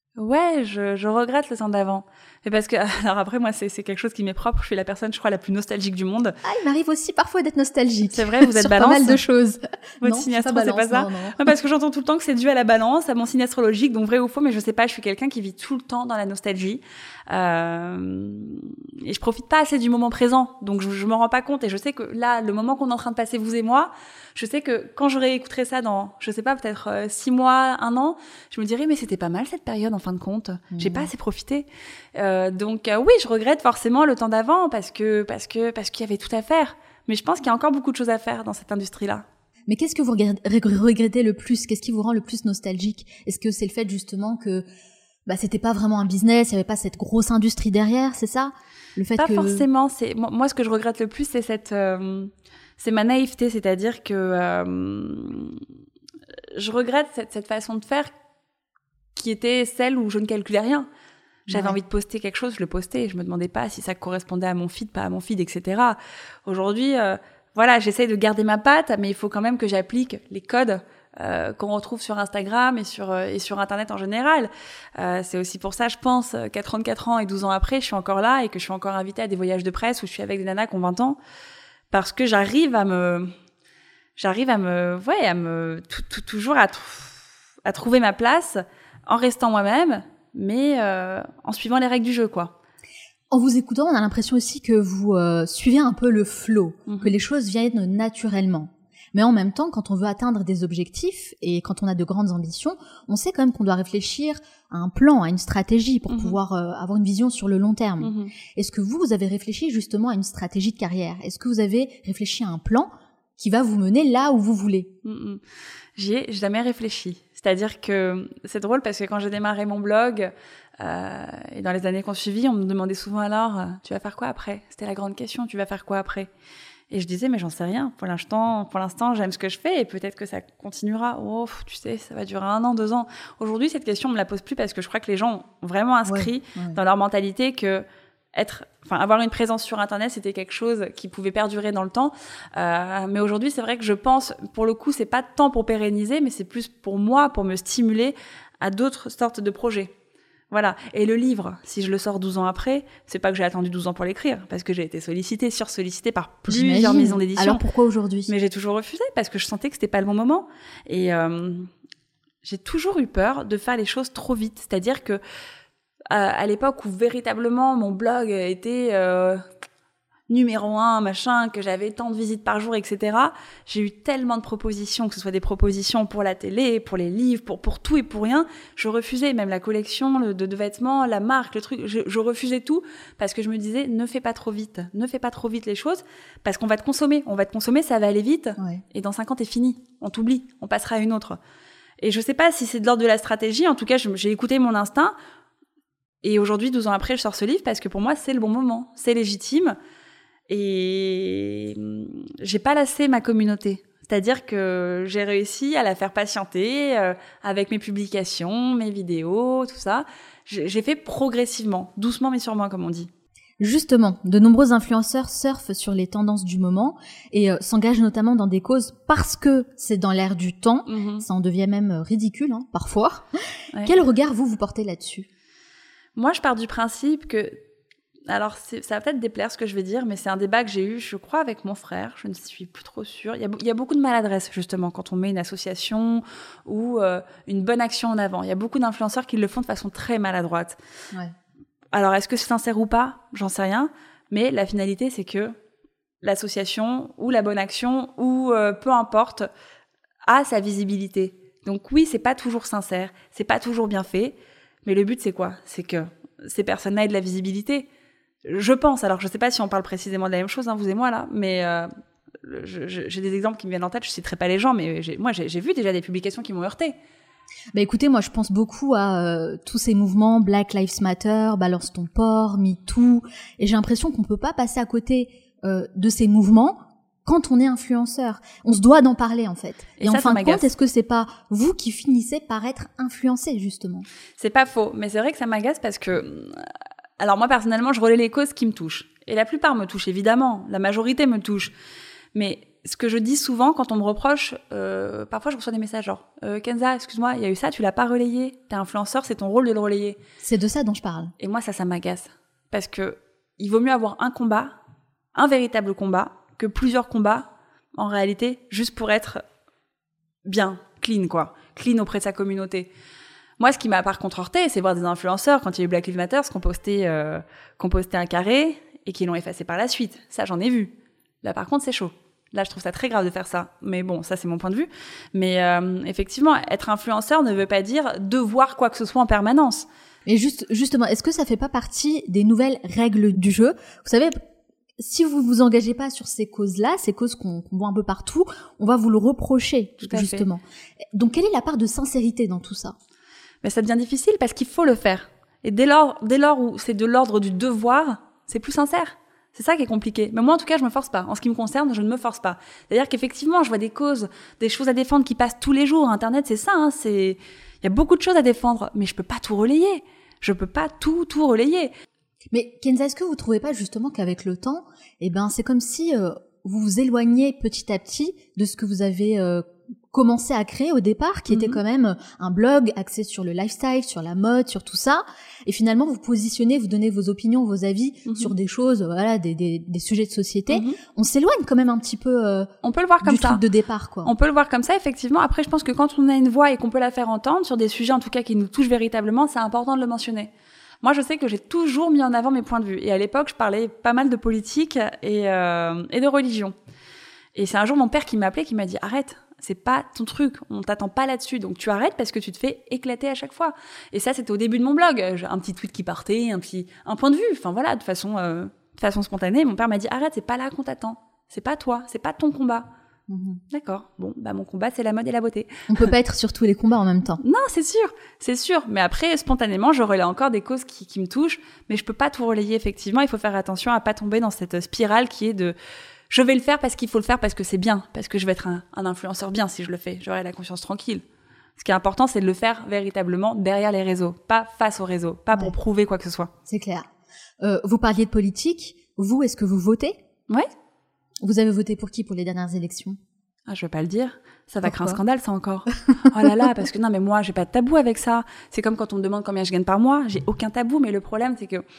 Ouais, je, je regrette le temps d'avant. Mais parce que, alors après, moi, c'est, c'est quelque chose qui m'est propre. Je suis la personne, je crois, la plus nostalgique du monde. Ah, il m'arrive aussi parfois d'être nostalgique. C'est vrai, vous êtes sur balance. Pas mal de choses. Votre non, signe je suis astro, pas c'est balance, pas ça? Non, non. Non, parce que j'entends tout le temps que c'est dû à la balance, à mon signe astrologique, donc vrai ou faux, mais je sais pas, je suis quelqu'un qui vit tout le temps dans la nostalgie. Euh, et je profite pas assez du moment présent. Donc, je, je m'en rends pas compte. Et je sais que là, le moment qu'on est en train de passer, vous et moi, je sais que quand je réécouterai ça dans, je sais pas, peut-être euh, six mois, un an, je me dirais, mais c'était pas mal cette période, en fin de compte. Mmh. J'ai pas assez profité. Euh, donc, euh, oui, je regrette forcément le temps d'avant parce que, parce que, parce qu'il y avait tout à faire. Mais je pense qu'il y a encore beaucoup de choses à faire dans cette industrie-là. Mais qu'est-ce que vous regrettez le plus? Qu'est-ce qui vous rend le plus nostalgique? Est-ce que c'est le fait justement que bah, c'était pas vraiment un business, il y avait pas cette grosse industrie derrière, c'est ça? Le fait pas que... forcément. C'est moi, moi, ce que je regrette le plus, c'est cette, euh, c'est ma naïveté, c'est-à-dire que euh, je regrette cette, cette façon de faire qui était celle où je ne calculais rien. J'avais ouais. envie de poster quelque chose, je le postais, je me demandais pas si ça correspondait à mon feed, pas à mon feed, et cetera. Aujourd'hui, euh, voilà, j'essaye de garder ma patte, mais il faut quand même que j'applique les codes euh, qu'on retrouve sur Instagram et sur euh, et sur Internet en général. Euh, c'est aussi pour ça, je pense, qu'à trente-quatre ans et douze ans après, je suis encore là et que je suis encore invitée à des voyages de presse où je suis avec des nanas qui ont vingt ans, parce que j'arrive à me, j'arrive à me, ouais, à me, tout, tout, toujours à, à trouver ma place en restant moi-même, mais euh, en suivant les règles du jeu, quoi. En vous écoutant, on a l'impression aussi que vous euh, suivez un peu le flow, mmh. que les choses viennent naturellement. Mais en même temps, quand on veut atteindre des objectifs et quand on a de grandes ambitions, on sait quand même qu'on doit réfléchir à un plan, à une stratégie pour mmh. pouvoir euh, avoir une vision sur le long terme. Mmh. Est-ce que vous, vous avez réfléchi justement à une stratégie de carrière? Est-ce que vous avez réfléchi à un plan qui va vous mener là où vous voulez? mmh. J'y ai jamais réfléchi. C'est-à-dire que c'est drôle parce que quand j'ai démarré mon blog euh, et dans les années qu'on suivit, on me demandait souvent alors, tu vas faire quoi après? C'était la grande question, tu vas faire quoi après? Et je disais, mais j'en sais rien. Pour l'instant, pour l'instant, j'aime ce que je fais et peut-être que ça continuera. Oh, tu sais, ça va durer un an, deux ans. Aujourd'hui, cette question, on me la pose plus parce que je crois que les gens ont vraiment inscrit ouais, ouais. dans leur mentalité que être, enfin, avoir une présence sur Internet, c'était quelque chose qui pouvait perdurer dans le temps. Euh, mais aujourd'hui, c'est vrai que je pense, pour le coup, c'est pas tant pour pérenniser, mais c'est plus pour moi, pour me stimuler à d'autres sortes de projets. Voilà. Et le livre, si je le sors douze ans après, c'est pas que j'ai attendu douze ans pour l'écrire, parce que j'ai été sollicitée, sursollicitée par plusieurs J'imagine. maisons d'édition. Alors pourquoi aujourd'hui? Mais j'ai toujours refusé, parce que je sentais que c'était pas le bon moment. Et euh, j'ai toujours eu peur de faire les choses trop vite. C'est-à-dire que, euh, à l'époque où véritablement mon blog était euh, numéro un, machin, que j'avais tant de visites par jour, et cetera, j'ai eu tellement de propositions, que ce soit des propositions pour la télé, pour les livres, pour, pour tout et pour rien. Je refusais même la collection de, de vêtements, la marque, le truc. Je, je refusais tout parce que je me disais, ne fais pas trop vite. Ne fais pas trop vite les choses parce qu'on va te consommer. On va te consommer, ça va aller vite. Ouais. Et dans cinq ans, t'es fini. On t'oublie. On passera à une autre. Et je sais pas si c'est de l'ordre de la stratégie. En tout cas, je, j'ai écouté mon instinct. Et aujourd'hui, douze ans après, je sors ce livre parce que pour moi, c'est le bon moment. C'est légitime. Et j'ai pas lassé ma communauté. C'est-à-dire que j'ai réussi à la faire patienter euh, avec mes publications, mes vidéos, tout ça. J'ai, j'ai fait progressivement, doucement mais sûrement, comme on dit. Justement, de nombreux influenceurs surfent sur les tendances du moment et euh, s'engagent notamment dans des causes parce que c'est dans l'air du temps. Mmh. Ça en devient même ridicule, hein, parfois. Ouais. Quel regard, vous, vous portez là-dessus? Moi, je pars du principe que Alors, c'est, ça va peut-être déplaire ce que je vais dire, mais c'est un débat que j'ai eu, je crois, avec mon frère. Je ne suis plus trop sûre. Il y a, il y a beaucoup de maladresse, justement, quand on met une association ou euh, une bonne action en avant. Il y a beaucoup d'influenceurs qui le font de façon très maladroite. Ouais. Alors, est-ce que c'est sincère ou pas? J'en sais rien. Mais la finalité, c'est que l'association ou la bonne action ou euh, peu importe a sa visibilité. Donc oui, c'est pas toujours sincère, c'est pas toujours bien fait. Mais le but, c'est quoi? C'est que ces personnes-là aient de la visibilité. Je pense, alors je ne sais pas si on parle précisément de la même chose, hein, vous et moi là, mais euh, je, je, j'ai des exemples qui me viennent en tête, je ne citerai pas les gens, mais j'ai, moi j'ai, j'ai vu déjà des publications qui m'ont heurté. Bah écoutez, moi je pense beaucoup à euh, tous ces mouvements Black Lives Matter, Balance ton port, MeToo, et j'ai l'impression qu'on ne peut pas passer à côté euh, de ces mouvements quand on est influenceur. On se doit d'en parler en fait. Et, et ça, en fin de compte, est-ce que c'est pas vous qui finissez par être influencé justement? C'est pas faux, mais c'est vrai que ça m'agace parce que... Alors moi, personnellement, je relaie les causes qui me touchent. Et la plupart me touchent, évidemment. La majorité me touche. Mais ce que je dis souvent quand on me reproche, euh, parfois je reçois des messages genre euh, « Kenza, excuse-moi, il y a eu ça, tu l'as pas relayé. T'es influenceur, c'est ton rôle de le relayer. » C'est de ça dont je parle. Et moi, ça, ça m'agace. Parce que il vaut mieux avoir un combat, un véritable combat, que plusieurs combats, en réalité, juste pour être bien, clean, quoi. Clean auprès de sa communauté. Moi, ce qui m'a par contre heurté, c'est voir des influenceurs, quand il y a eu Black Lives Matter, qui ont posté, euh, qui ont posté un carré et qui l'ont effacé par la suite. Ça, j'en ai vu. Là, par contre, c'est chaud. Là, je trouve ça très grave de faire ça. Mais bon, ça, c'est mon point de vue. Mais euh, effectivement, être influenceur ne veut pas dire devoir quoi que ce soit en permanence. Et juste, justement, est-ce que ça fait pas partie des nouvelles règles du jeu ? Vous savez, si vous vous engagez pas sur ces causes-là, ces causes qu'on, qu'on voit un peu partout, on va vous le reprocher, tout à justement. fait. Donc, quelle est la part de sincérité dans tout ça ? Mais ça devient difficile parce qu'il faut le faire. Et dès lors, dès lors où c'est de l'ordre du devoir, c'est plus sincère. C'est ça qui est compliqué. Mais moi, en tout cas, je me force pas. En ce qui me concerne, je ne me force pas. C'est-à-dire qu'effectivement, je vois des causes, des choses à défendre qui passent tous les jours. Internet, c'est ça, hein, c'est, il y a beaucoup de choses à défendre. Mais je peux pas tout relayer. Je peux pas tout, tout relayer. Mais Kenza, est-ce que vous trouvez pas justement qu'avec le temps, eh ben, c'est comme si euh, vous vous éloignez petit à petit de ce que vous avez euh, commencé à créer au départ, qui mm-hmm. était quand même un blog axé sur le lifestyle, sur la mode, sur tout ça. Et finalement, vous positionnez, vous donnez vos opinions, vos avis mm-hmm. sur des choses, voilà, des, des, des sujets de société. Mm-hmm. On s'éloigne quand même un petit peu euh, on peut le voir comme du ça. truc de départ, quoi. On peut le voir comme ça, effectivement. Après, je pense que quand on a une voix et qu'on peut la faire entendre sur des sujets, en tout cas, qui nous touchent véritablement, c'est important de le mentionner. Moi, je sais que j'ai toujours mis en avant mes points de vue. Et à l'époque, je parlais pas mal de politique et, euh, et de religion. Et c'est un jour mon père qui m'a appelé, qui m'a dit « Arrête, c'est pas ton truc, on t'attend pas là-dessus. Donc tu arrêtes parce que tu te fais éclater à chaque fois. » Et ça, c'était au début de mon blog. Un petit tweet qui partait, un petit un point de vue. Enfin voilà, de façon, euh, de façon spontanée. Mon père m'a dit « Arrête, c'est pas là qu'on t'attend. C'est pas toi, c'est pas ton combat. » Mmh. D'accord. Bon, bah mon combat, c'est la mode et la beauté. On peut pas être sur tous les combats en même temps. Non, c'est sûr, c'est sûr. Mais après, spontanément, je relaie encore des causes qui, qui me touchent, mais je peux pas tout relayer, effectivement. Il faut faire attention à pas tomber dans cette spirale qui est de je vais le faire parce qu'il faut le faire parce que c'est bien, parce que je vais être un, un influenceur bien si je le fais. J'aurai la conscience tranquille. Ce qui est important, c'est de le faire véritablement derrière les réseaux, pas face aux réseaux, pas pour ouais. prouver quoi que ce soit. C'est clair. Euh, vous parliez de politique. Vous, est-ce que vous votez ? Ouais. Vous avez voté pour qui pour les dernières élections ? Ah, je veux pas le dire. Ça va Pourquoi ? créer un scandale, ça encore. Oh là là, parce que non, mais moi, j'ai pas de tabou avec ça. C'est comme quand on me demande combien je gagne par mois. J'ai aucun tabou, mais le problème, c'est que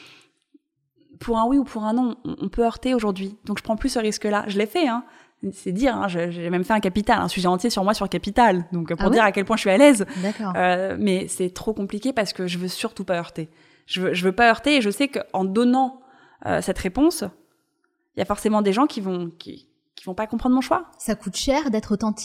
pour un oui ou pour un non, on peut heurter aujourd'hui. Donc, je prends plus ce risque-là. Je l'ai fait, hein. C'est dire, hein. J'ai même fait un capital, un sujet entier sur moi sur capital. Donc, pour ah dire ouais à quel point je suis à l'aise. D'accord. Euh, mais c'est trop compliqué parce que je veux surtout pas heurter. Je veux, je veux pas heurter et je sais qu'en donnant euh, cette réponse, il y a forcément des gens qui vont, qui, qui vont pas comprendre mon choix. Ça coûte cher d'être authentique ?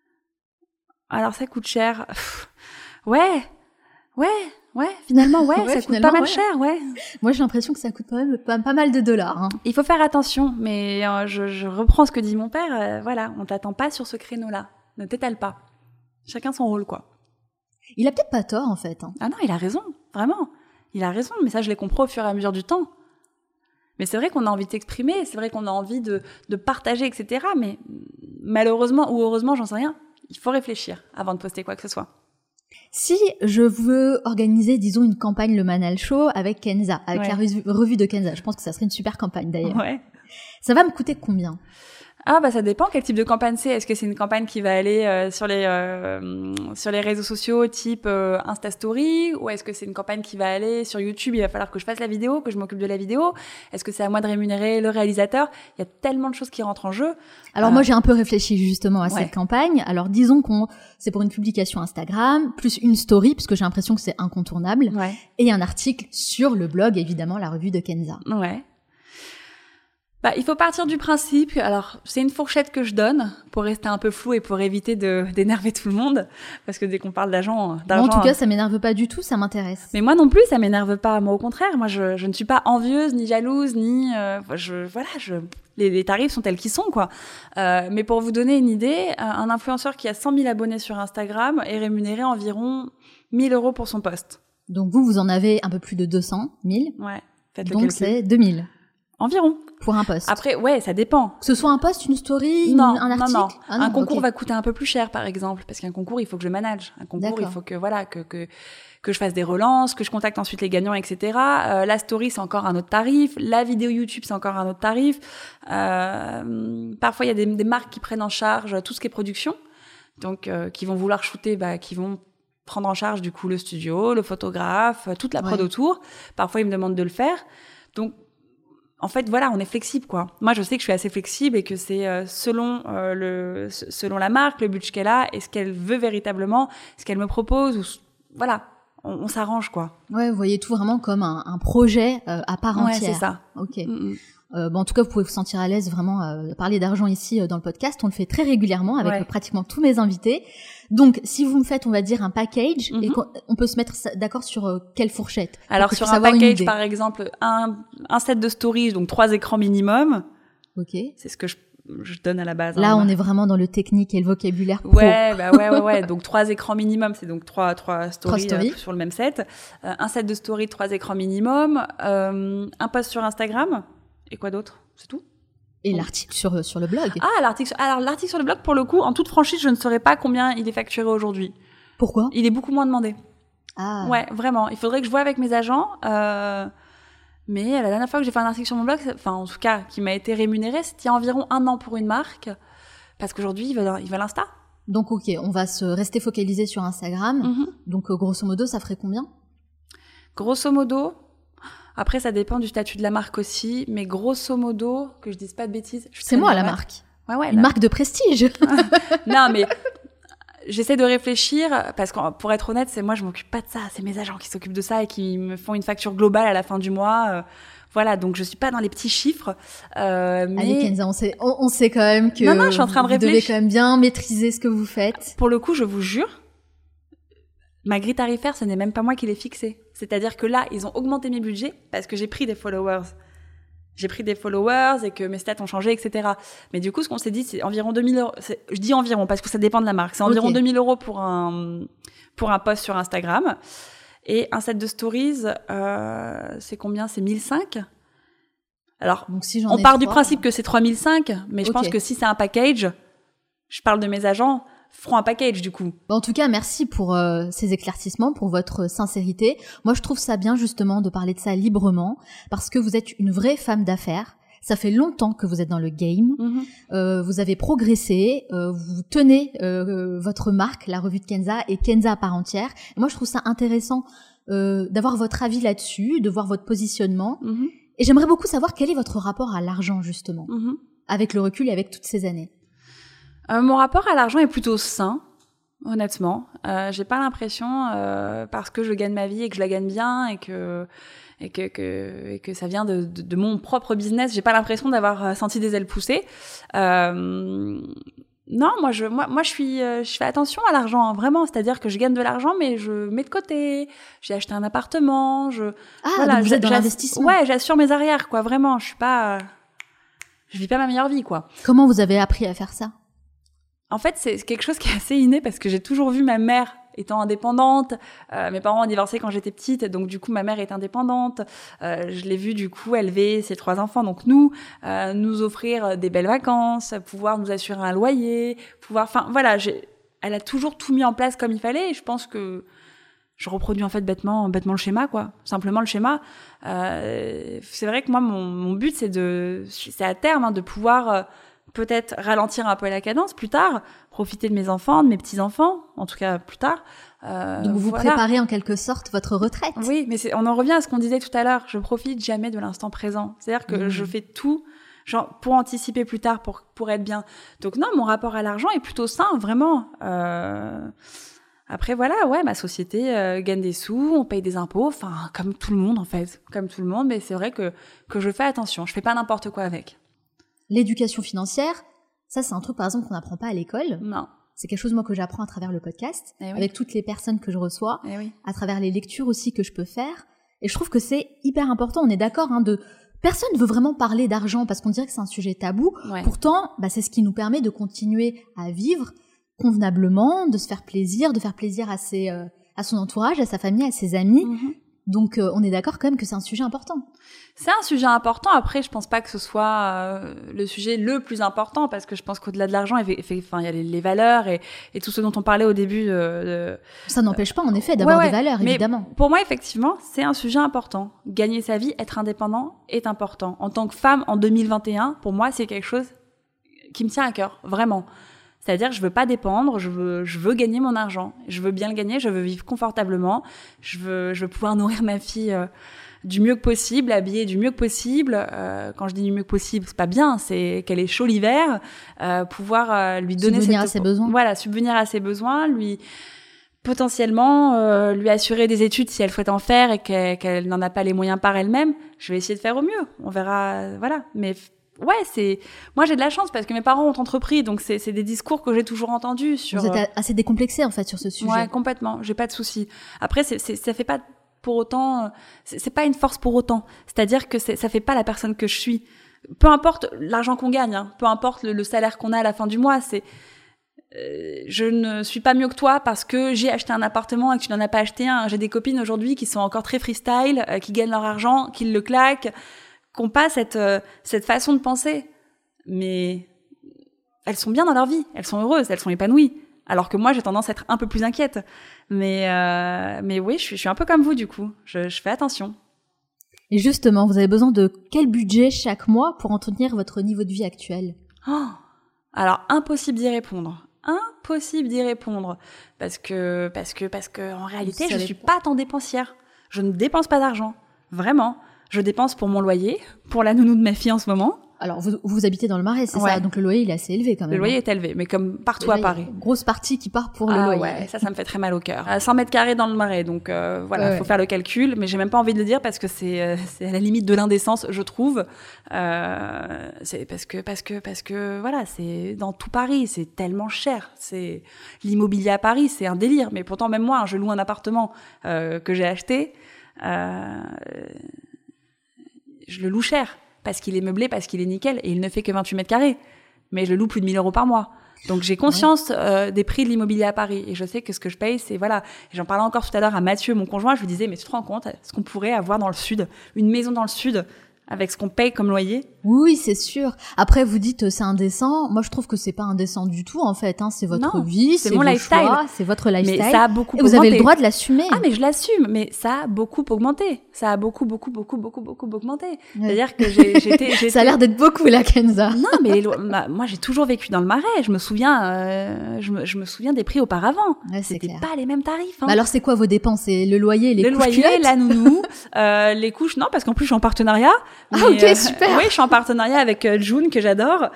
Alors, ça coûte cher. Pff, ouais, ouais, ouais, finalement, ouais, ouais ça finalement, coûte pas mal ouais. cher, ouais. Moi, j'ai l'impression que ça coûte quand même pas, pas mal de dollars. Hein. Il faut faire attention, mais euh, je, je reprends ce que dit mon père, euh, voilà, on t'attend pas sur ce créneau-là. Ne t'étale pas. Chacun son rôle, quoi. Il a peut-être pas tort, en fait. Hein. Ah non, il a raison, vraiment. Il a raison, mais ça, je l'ai compris au fur et à mesure du temps. Mais c'est vrai qu'on a envie de s'exprimer, c'est vrai qu'on a envie de, de partager, et cetera. Mais malheureusement ou heureusement, j'en sais rien, il faut réfléchir avant de poster quoi que ce soit. Si je veux organiser, disons, une campagne Le Manal Show avec Kenza, avec ouais. la revue, revue de Kenza, je pense que ça serait une super campagne d'ailleurs. Ouais. Ça va me coûter combien ? Ah bah ça dépend quel type de campagne c'est. Est-ce que c'est une campagne qui va aller euh, sur les euh, sur les réseaux sociaux type euh, Insta Story, ou est-ce que c'est une campagne qui va aller sur YouTube ? Il va falloir que je fasse la vidéo, que je m'occupe de la vidéo. Est-ce que c'est à moi de rémunérer le réalisateur ? Il y a tellement de choses qui rentrent en jeu. Alors euh... moi j'ai un peu réfléchi justement à ouais. cette campagne. Alors disons qu'on c'est pour une publication Instagram plus une story parce que j'ai l'impression que c'est incontournable ouais. et un article sur le blog évidemment la revue de Kenza. Ouais. Bah, il faut partir du principe, alors c'est une fourchette que je donne pour rester un peu flou et pour éviter de d'énerver tout le monde, parce que dès qu'on parle d'argent, d'argent... Bon, en tout cas, ça m'énerve pas du tout, ça m'intéresse. Mais moi non plus, ça m'énerve pas. Moi au contraire, moi je, je ne suis pas envieuse, ni jalouse, ni... Euh, je, voilà, je, les, les tarifs sont tels qu'ils sont, quoi. Euh, mais pour vous donner une idée, un influenceur qui a cent mille abonnés sur Instagram est rémunéré environ mille euros pour son post. Donc vous, vous en avez un peu plus de deux cent mille. Ouais, faites le Donc calcul. c'est deux mille. Environ. Pour un post. Après, ouais, ça dépend. Que ce soit un post, une story, non, une, un article. Non, non. Ah non un concours okay. va coûter un peu plus cher, par exemple, parce qu'un concours, il faut que je manage. Un concours, D'accord. il faut que voilà que que que je fasse des relances, que je contacte ensuite les gagnants, et cetera. Euh, la story, c'est encore un autre tarif. La vidéo YouTube, c'est encore un autre tarif. Euh, parfois, il y a des, des marques qui prennent en charge tout ce qui est production, donc euh, qui vont vouloir shooter, bah, qui vont prendre en charge du coup le studio, le photographe, toute la prod ouais. autour. Parfois, ils me demandent de le faire. Donc, en fait, voilà, on est flexible, quoi. Moi, je sais que je suis assez flexible et que c'est euh, selon euh, le selon la marque, le budget qu'elle a et ce qu'elle veut véritablement, ce qu'elle me propose. Ou, voilà, on, on s'arrange, quoi. Ouais, vous voyez tout vraiment comme un, un projet euh, à part entière. Ouais, c'est ça. Ok. Mm-hmm. Euh, bon, en tout cas, vous pouvez vous sentir à l'aise vraiment euh, parler d'argent ici euh, dans le podcast. On le fait très régulièrement avec ouais. pratiquement tous mes invités. Donc, si vous me faites, on va dire, un package, mm-hmm. et qu'on on peut se mettre d'accord sur euh, quelle fourchette. Alors, sur un package, par exemple, un, un set de stories, donc trois écrans minimum. Ok. C'est ce que je, je donne à la base. Là, hein, on bah. est vraiment dans le technique et le vocabulaire pro. Ouais, bah ouais, ouais, ouais. Donc, trois écrans minimum, c'est donc trois, trois stories, trois stories. Euh, sur le même set. Euh, un set de stories, trois écrans minimum. Euh, un post sur Instagram. Et quoi d'autre? C'est tout? Et l'article sur, sur le blog. Ah, l'article, alors l'article sur le blog, pour le coup, en toute franchise, je ne saurais pas combien il est facturé aujourd'hui. Pourquoi? Il est beaucoup moins demandé. Ah. Ouais, vraiment. Il faudrait que je voie avec mes agents. Euh, mais la dernière fois que j'ai fait un article sur mon blog, enfin, en tout cas, qui m'a été rémunéré, c'était il y a environ un an pour une marque. Parce qu'aujourd'hui, ils veulent, ils veulent Insta. Donc, ok, on va se rester focalisé sur Instagram. Mm-hmm. Donc, euh, grosso modo, ça ferait combien? Grosso modo, après, ça dépend du statut de la marque aussi, mais grosso modo, que je dise pas de bêtises. C'est moi la marque. Ouais, ouais. Une là. marque de prestige. Non, mais j'essaie de réfléchir parce que pour être honnête, c'est moi, je m'occupe pas de ça. C'est mes agents qui s'occupent de ça et qui me font une facture globale à la fin du mois. Euh, voilà, donc je suis pas dans les petits chiffres. Euh, mais... Allez Kenza, on sait, on, on sait quand même que non, non, je suis en train de vous réfléchir. devez quand même bien maîtriser ce que vous faites. Pour le coup, je vous jure, ma grille tarifaire, ce n'est même pas moi qui l'ai fixée. C'est-à-dire que là, ils ont augmenté mes budgets parce que j'ai pris des followers. J'ai pris des followers et que mes stats ont changé, et cetera. Mais du coup, ce qu'on s'est dit, c'est environ deux mille euros. C'est, je dis environ parce que ça dépend de la marque. C'est environ okay. deux mille euros pour un, pour un post sur Instagram. Et un set de stories, euh, c'est combien? C'est mille cinq. Alors, donc, si j'en on part trois, du principe que c'est trois mille cinq, mais je okay. pense que si c'est un package, je parle de mes agents, feront un package du coup. En tout cas, merci pour euh, ces éclaircissements, pour votre sincérité. Moi, je trouve ça bien justement de parler de ça librement parce que vous êtes une vraie femme d'affaires. Ça fait longtemps que vous êtes dans le game. Mm-hmm. Euh, vous avez progressé. Euh, vous tenez euh, votre marque, la revue de Kenza, et Kenza à part entière. Et moi, je trouve ça intéressant euh, d'avoir votre avis là-dessus, de voir votre positionnement. Mm-hmm. Et j'aimerais beaucoup savoir quel est votre rapport à l'argent justement, mm-hmm. avec le recul et avec toutes ces années. Euh, mon rapport à l'argent est plutôt sain, honnêtement. Euh, j'ai pas l'impression, euh, parce que je gagne ma vie et que je la gagne bien et que et que que, et que ça vient de, de, de mon propre business, j'ai pas l'impression d'avoir senti des ailes pousser. Euh, non, moi je moi moi je suis euh, je fais attention à l'argent, hein, vraiment. C'est-à-dire que je gagne de l'argent, mais je mets de côté. J'ai acheté un appartement. Je ah voilà, donc vous êtes dans l'investissement. Ouais, j'assure mes arrières, quoi. Vraiment, je suis pas, je vis pas ma meilleure vie, quoi. Comment vous avez appris à faire ça? En fait, c'est quelque chose qui est assez inné parce que j'ai toujours vu ma mère étant indépendante. Euh, mes parents ont divorcé quand j'étais petite, donc du coup, ma mère est indépendante. Euh, je l'ai vu, du coup, élever ses trois enfants, donc nous, euh, nous offrir des belles vacances, pouvoir nous assurer un loyer, pouvoir... Enfin, voilà, j'ai, elle a toujours tout mis en place comme il fallait et je pense que je reproduis en fait bêtement, bêtement le schéma, quoi. Simplement le schéma. Euh, c'est vrai que moi, mon, mon but, c'est de... C'est à terme, hein, de pouvoir... Euh, peut-être ralentir un peu la cadence plus tard, profiter de mes enfants, de mes petits-enfants, en tout cas plus tard. Euh, Donc vous voilà. préparez en quelque sorte votre retraite. Oui, mais c'est, on en revient à ce qu'on disait tout à l'heure, je profite jamais de l'instant présent. C'est-à-dire que mmh. je fais tout genre, pour anticiper plus tard, pour, pour être bien. Donc non, mon rapport à l'argent est plutôt sain, vraiment. Euh... Après voilà, ouais, ma société euh, gagne des sous, on paye des impôts, enfin comme tout le monde en fait, comme tout le monde, mais c'est vrai que, que je fais attention, je fais pas n'importe quoi avec. L'éducation financière, ça c'est un truc par exemple qu'on n'apprend pas à l'école. Non. C'est quelque chose moi que j'apprends à travers le podcast, eh oui. avec toutes les personnes que je reçois, eh oui. à travers les lectures aussi que je peux faire. Et je trouve que c'est hyper important, on est d'accord, hein, de... Personne ne veut vraiment parler d'argent parce qu'on dirait que c'est un sujet tabou. Ouais. Pourtant, bah, c'est ce qui nous permet de continuer à vivre convenablement, de se faire plaisir, de faire plaisir à, ses, euh, à son entourage, à sa famille, à ses amis. Mm-hmm. Donc, euh, on est d'accord quand même que c'est un sujet important. C'est un sujet important. Après, je pense pas que ce soit euh, le sujet le plus important, parce que je pense qu'au-delà de l'argent, il enfin, y a les, les valeurs et, et tout ce dont on parlait au début. De, de... Ça n'empêche pas, en effet, d'avoir ouais, ouais. des valeurs, Mais évidemment. Pour moi, effectivement, c'est un sujet important. Gagner sa vie, être indépendant est important. En tant que femme, en deux mille vingt et un, pour moi, c'est quelque chose qui me tient à cœur, vraiment. C'est-à-dire, je veux pas dépendre, je veux, je veux gagner mon argent. Je veux bien le gagner, je veux vivre confortablement. Je veux, je veux pouvoir nourrir ma fille euh, du mieux que possible, l'habiller du mieux que possible. Euh, quand je dis du mieux que possible, c'est pas bien, c'est qu'elle est chaud l'hiver. Euh, pouvoir euh, lui donner subvenir cette... à ses besoins. Voilà, subvenir à ses besoins, lui potentiellement euh, lui assurer des études si elle souhaite en faire et qu'elle, qu'elle n'en a pas les moyens par elle-même. Je vais essayer de faire au mieux. On verra, euh, voilà. Mais ouais, c'est moi j'ai de la chance parce que mes parents ont entrepris, donc c'est c'est des discours que j'ai toujours entendus sur. Vous êtes assez décomplexé en fait sur ce sujet. Ouais, complètement. J'ai pas de souci. Après, c'est c'est ça fait pas pour autant. C'est, c'est pas une force pour autant. C'est-à-dire que c'est, ça fait pas la personne que je suis. Peu importe l'argent qu'on gagne, hein, peu importe le, le salaire qu'on a à la fin du mois, c'est euh, je ne suis pas mieux que toi parce que j'ai acheté un appartement et que tu n'en as pas acheté un. J'ai des copines aujourd'hui qui sont encore très freestyle, euh, qui gagnent leur argent, qui le claquent, qu'ont pas cette euh, cette façon de penser, mais elles sont bien dans leur vie, elles sont heureuses, elles sont épanouies. Alors que moi, j'ai tendance à être un peu plus inquiète. Mais euh, mais oui, je suis je suis un peu comme vous du coup. Je, je fais attention. Et justement, vous avez besoin de quel budget chaque mois pour entretenir votre niveau de vie actuel ? Oh, alors impossible d'y répondre. Impossible d'y répondre parce que parce que parce que en réalité, je suis pas tant dépensière. Je ne dépense pas d'argent, vraiment. Je dépense pour mon loyer, pour la nounou de ma fille en ce moment. Alors, vous, vous habitez dans le Marais, c'est ouais. ça ? Donc, le loyer, il est assez élevé quand même. Le loyer est élevé, mais comme partout déjà, à Paris. Il y a une grosse partie qui part pour ah, le loyer. Ouais, ça, ça me fait très mal au cœur. À cent mètres carrés dans le Marais, donc euh, voilà, ouais, faut ouais. faire le calcul. Mais j'ai même pas envie de le dire parce que c'est, euh, c'est à la limite de l'indécence, je trouve. Euh, c'est parce que, parce que, parce que, voilà, c'est dans tout Paris, c'est tellement cher. C'est l'immobilier à Paris, c'est un délire. Mais pourtant, même moi, je loue un appartement euh, que j'ai acheté. Euh, je le loue cher. Parce qu'il est meublé, parce qu'il est nickel, et il ne fait que vingt-huit mètres carrés. Mais je le loue plus de mille euros par mois. Donc j'ai conscience ouais. euh, des prix de l'immobilier à Paris. Et je sais que ce que je paye, c'est voilà. Et j'en parlais encore tout à l'heure à Mathieu, mon conjoint, je lui disais, mais tu te rends compte, ce qu'on pourrait avoir dans le sud, une maison dans le sud, avec ce qu'on paye comme loyer? Oui, c'est sûr. Après, vous dites euh, c'est indécent. Moi, je trouve que c'est pas indécent du tout, en fait. Hein. C'est votre non, vie, c'est, c'est mon vos lifestyle. choix, c'est votre lifestyle. Mais ça a beaucoup et augmenté. Vous avez le droit de l'assumer. Ah, mais je l'assume. Mais ça a beaucoup augmenté. Ça a beaucoup, beaucoup, beaucoup, beaucoup, beaucoup augmenté. Ouais. C'est-à-dire que j'ai, j'étais, j'étais... Ça a l'air d'être beaucoup, là, Kenza. Non, mais les lo... bah, moi, j'ai toujours vécu dans le Marais. Je me souviens, euh, je, me, je me souviens des prix auparavant. Ouais, C'était clair. pas les mêmes tarifs. Hein. Bah alors, c'est quoi vos dépenses? C'est le loyer, les le couches loyer, culottes la nounou, euh, les couches. Non, parce qu'en plus, je suis en partenariat. Ah, mais, ok, euh, super. Oui, je suis en partenariat avec euh, June que j'adore.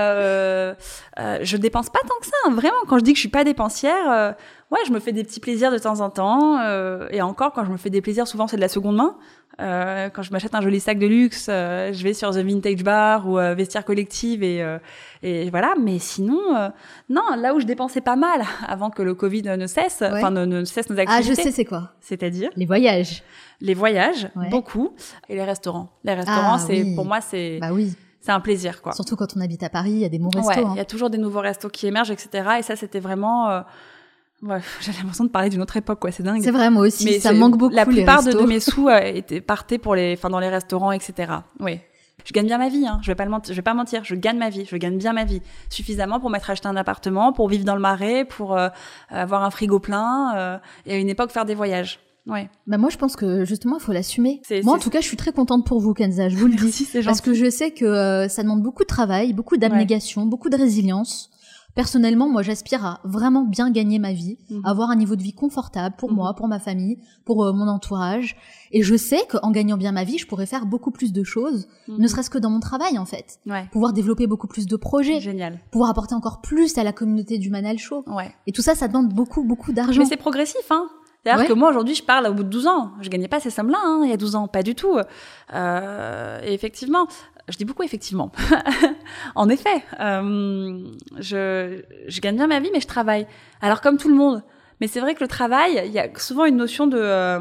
Euh, euh, je dépense pas tant que ça, hein, vraiment. Quand je dis que je suis pas dépensière, euh, ouais, je me fais des petits plaisirs de temps en temps. Euh, et encore, quand je me fais des plaisirs, souvent c'est de la seconde main. Euh, quand je m'achète un joli sac de luxe, euh, je vais sur The Vintage Bar ou euh, Vestiaire Collective et euh, et voilà. Mais sinon, euh, non, là où je dépensais pas mal avant que le Covid ne cesse, enfin ouais. ne, ne cesse nos activités. Ah, je sais, c'est quoi? C'est-à-dire les voyages. Les voyages, ouais. beaucoup, et les restaurants. Les restaurants, ah, c'est oui. pour moi, c'est. Bah oui. C'est un plaisir, quoi. Surtout quand on habite à Paris, il y a des bons restos. Ouais, il hein. y a toujours des nouveaux restos qui émergent, et cetera. Et ça, c'était vraiment... Euh... Ouais, j'ai l'impression de parler d'une autre époque, quoi. C'est dingue. C'est vrai, moi aussi. Mais ça c'est... manque beaucoup, la plupart les de, de mes sous euh, étaient, partaient pour les, enfin, dans les restaurants, et cetera. Oui. Je gagne bien ma vie, hein. Je vais pas le mentir, je vais pas mentir. Je gagne ma vie. Je gagne bien ma vie. Suffisamment pour m'être acheté un appartement, pour vivre dans le Marais, pour euh, avoir un frigo plein, euh, et à une époque faire des voyages. Ouais. Bah moi je pense que justement il faut l'assumer. C'est, moi c'est... en tout cas je suis très contente pour vous Kenza, je vous le dis. Merci, c'est parce que je sais que euh, ça demande beaucoup de travail, beaucoup d'abnégation, ouais. beaucoup de résilience. Personnellement, moi j'aspire à vraiment bien gagner ma vie, mm-hmm. avoir un niveau de vie confortable pour mm-hmm. moi, pour ma famille, pour euh, mon entourage. Et je sais qu'en gagnant bien ma vie, je pourrais faire beaucoup plus de choses, mm-hmm. ne serait-ce que dans mon travail en fait. Ouais. Pouvoir développer beaucoup plus de projets. Génial. Pouvoir apporter encore plus à la communauté du Manal Show. Ouais. Et tout ça, ça demande beaucoup, beaucoup d'argent. Mais c'est progressif, hein. C'est-à-dire ouais. que moi, aujourd'hui, je parle au bout de douze ans. Je gagnais pas ces sommes-là, hein, il y a douze ans. Pas du tout. Euh, et effectivement, je dis beaucoup effectivement. En effet, euh, je, je gagne bien ma vie, mais je travaille. Alors, comme tout le monde. Mais c'est vrai que le travail, il y a souvent une notion de, euh,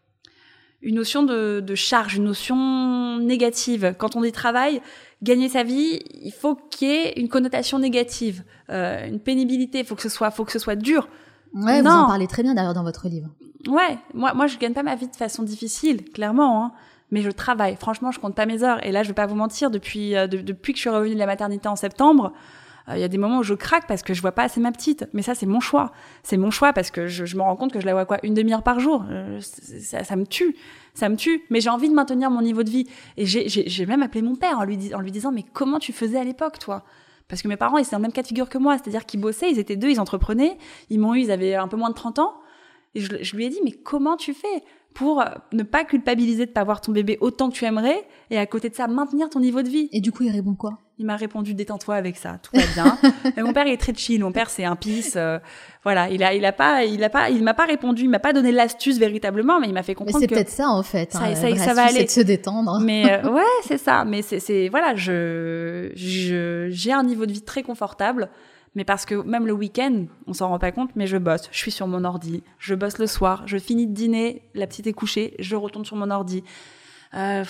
une notion de, de charge, une notion négative. Quand on dit travail, gagner sa vie, il faut qu'il y ait une connotation négative, euh, une pénibilité. Il faut que ce soit, faut que ce soit dur. Ouais, non. vous en parlez très bien d'ailleurs dans votre livre. Ouais, moi, moi je gagne pas ma vie de façon difficile, clairement, hein. Mais je travaille. Franchement, je compte pas mes heures. Et là, je vais pas vous mentir, depuis, euh, de, depuis que je suis revenue de la maternité en septembre, il euh, y a des moments où je craque parce que je vois pas assez ma petite. Mais ça, c'est mon choix. C'est mon choix parce que je, je me rends compte que je la vois quoi, une demi-heure par jour. Euh, ça, ça me tue. Ça me tue. Mais j'ai envie de maintenir mon niveau de vie. Et j'ai, j'ai, j'ai même appelé mon père en lui, dis, en lui disant, mais comment tu faisais à l'époque, toi? Parce que mes parents, ils étaient dans le même cas de figure que moi. C'est-à-dire qu'ils bossaient, ils étaient deux, ils entreprenaient. Ils m'ont eu, ils avaient un peu moins de trente ans. Et je, je lui ai dit, mais comment tu fais pour ne pas culpabiliser de pas voir ton bébé autant que tu aimerais et à côté de ça, maintenir ton niveau de vie? Et du coup, il répond quoi? Il m'a répondu, détends-toi avec ça, tout va bien. Et mon père, il est très chill. Mon père, c'est un pisse. Euh, voilà, il a, il a pas, il a pas, il m'a pas répondu, il m'a pas donné l'astuce véritablement, mais il m'a fait comprendre mais c'est que peut-être ça en fait. Ça, hein, ça, ça, ça va aller. C'est de se détendre. Mais euh, ouais, c'est ça. Mais c'est, c'est voilà, je, je, j'ai un niveau de vie très confortable. Mais parce que même le week-end, on s'en rend pas compte, mais je bosse. Je suis sur mon ordi. Je bosse le soir. Je finis de dîner. La petite est couchée. Je retourne sur mon ordi. Euh,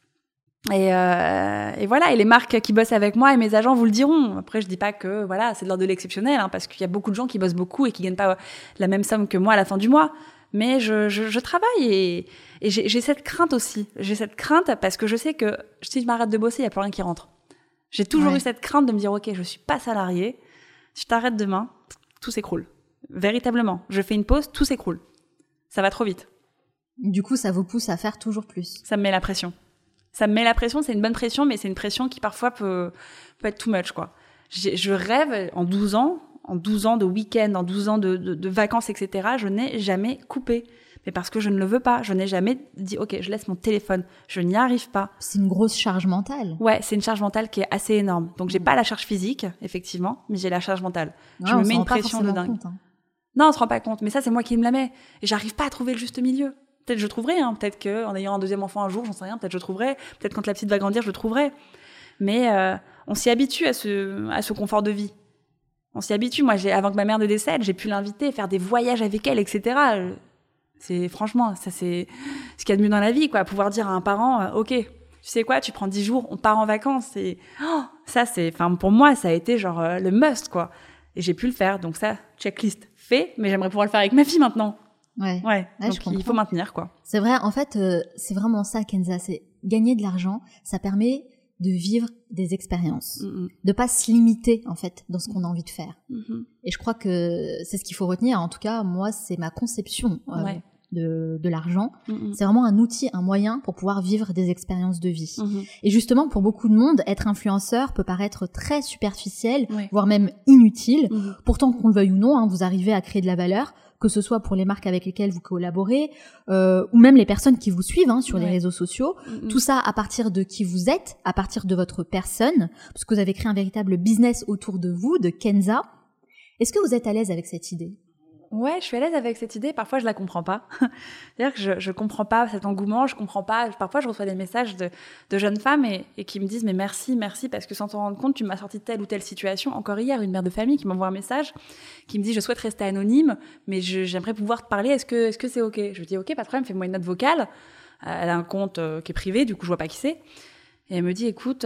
et, euh, et voilà. Et les marques qui bossent avec moi et mes agents vous le diront. Après, je dis pas que voilà, c'est de l'ordre de l'exceptionnel, hein, parce qu'il y a beaucoup de gens qui bossent beaucoup et qui gagnent pas la même somme que moi à la fin du mois. Mais je, je, je travaille et, et j'ai, j'ai cette crainte aussi. J'ai cette crainte parce que je sais que si je m'arrête de bosser, il y a plus rien qui rentre. J'ai toujours ouais. eu cette crainte de me dire, ok, je suis pas salariée. Si je t'arrête demain, tout s'écroule. Véritablement. Je fais une pause, tout s'écroule. Ça va trop vite. Du coup, ça vous pousse à faire toujours plus. Ça me met la pression. Ça me met la pression, c'est une bonne pression, mais c'est une pression qui parfois peut, peut être too much, quoi. J'ai, je rêve, en douze ans, en douze ans de week-end, en douze ans de, de, de vacances, et cetera, je n'ai jamais coupé. Mais parce que je ne le veux pas. Je n'ai jamais dit, ok, je laisse mon téléphone. Je n'y arrive pas. C'est une grosse charge mentale. Ouais, c'est une charge mentale qui est assez énorme. Donc, j'ai pas la charge physique, effectivement, mais j'ai la charge mentale. Ouais, je me on mets s'en une rend pas pression de dingue. compte, hein. Non, on se rend pas compte. Mais ça, c'est moi qui me la mets. Et j'arrive pas à trouver le juste milieu. Peut-être je trouverai, hein. Peut-être qu'en ayant un deuxième enfant un jour, j'en sais rien. Peut-être je trouverai. Peut-être quand la petite va grandir, je le trouverai. Mais euh, on s'y habitue à ce, à ce confort de vie. On s'y habitue. Moi, j'ai, avant que ma mère ne décède, j'ai pu l'inviter, faire des voyages avec elle, et cetera. C'est franchement, ça c'est ce qu'il y a de mieux dans la vie, quoi. Pouvoir dire à un parent, euh, ok, tu sais quoi, tu prends dix jours, on part en vacances. Et oh, ça c'est, enfin pour moi, ça a été genre euh, le must, quoi. Et j'ai pu le faire, donc ça, checklist fait. Mais j'aimerais pouvoir le faire avec ma fille maintenant. Ouais. Ouais. ouais donc il faut maintenir, quoi. C'est vrai, en fait, euh, c'est vraiment ça, Kenza. C'est gagner de l'argent, ça permet de vivre des expériences, mm-hmm. de pas se limiter en fait dans ce qu'on a envie de faire. Mm-hmm. Et je crois que c'est ce qu'il faut retenir. En tout cas, moi, c'est ma conception euh, ouais. de, de l'argent. Mm-hmm. C'est vraiment un outil, un moyen pour pouvoir vivre des expériences de vie. Mm-hmm. Et justement, pour beaucoup de monde, être influenceur peut paraître très superficiel, ouais. voire même inutile. Mm-hmm. Pourtant, qu'on le veuille ou non, hein, vous arrivez à créer de la valeur, que ce soit pour les marques avec lesquelles vous collaborez, euh, ou même les personnes qui vous suivent hein, sur ouais. les réseaux sociaux. Mm-hmm. Tout ça à partir de qui vous êtes, à partir de votre personne, parce que vous avez créé un véritable business autour de vous, de Kenza. Est-ce que vous êtes à l'aise avec cette idée ? Ouais, je suis à l'aise avec cette idée. Parfois, je la comprends pas. C'est-à-dire que je, je comprends pas cet engouement. Je comprends pas. Parfois, je reçois des messages de, de jeunes femmes et, et qui me disent mais merci, merci parce que sans t'en rendre compte, tu m'as sorti de telle ou telle situation. Encore hier, une mère de famille qui m'envoie un message qui me dit je souhaite rester anonyme, mais je, j'aimerais pouvoir te parler. Est-ce que, est-ce que c'est ok ? Je lui dis ok, pas de problème. Fais-moi une note vocale. Elle a un compte euh, qui est privé, du coup, je vois pas qui c'est. Et elle me dit, écoute,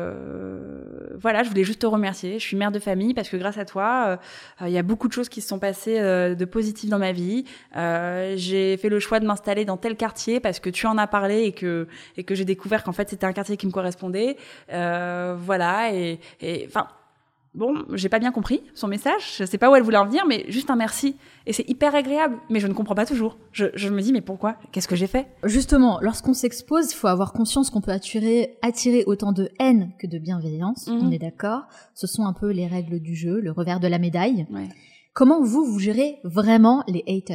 euh, voilà, je voulais juste te remercier. Je suis mère de famille parce que grâce à toi, il euh, y a beaucoup de choses qui se sont passées euh, de positives dans ma vie. Euh, j'ai fait le choix de m'installer dans tel quartier parce que tu en as parlé et que et que j'ai découvert qu'en fait c'était un quartier qui me correspondait. Euh, voilà, et enfin. Bon, j'ai pas bien compris son message, je sais pas où elle voulait en venir, mais juste un merci. Et c'est hyper agréable, mais je ne comprends pas toujours. Je, je me dis, mais pourquoi ? Qu'est-ce que j'ai fait ? Justement, lorsqu'on s'expose, il faut avoir conscience qu'on peut attirer, attirer autant de haine que de bienveillance, mmh. on est d'accord. Ce sont un peu les règles du jeu, le revers de la médaille. Ouais. Comment vous, vous gérez vraiment les haters ?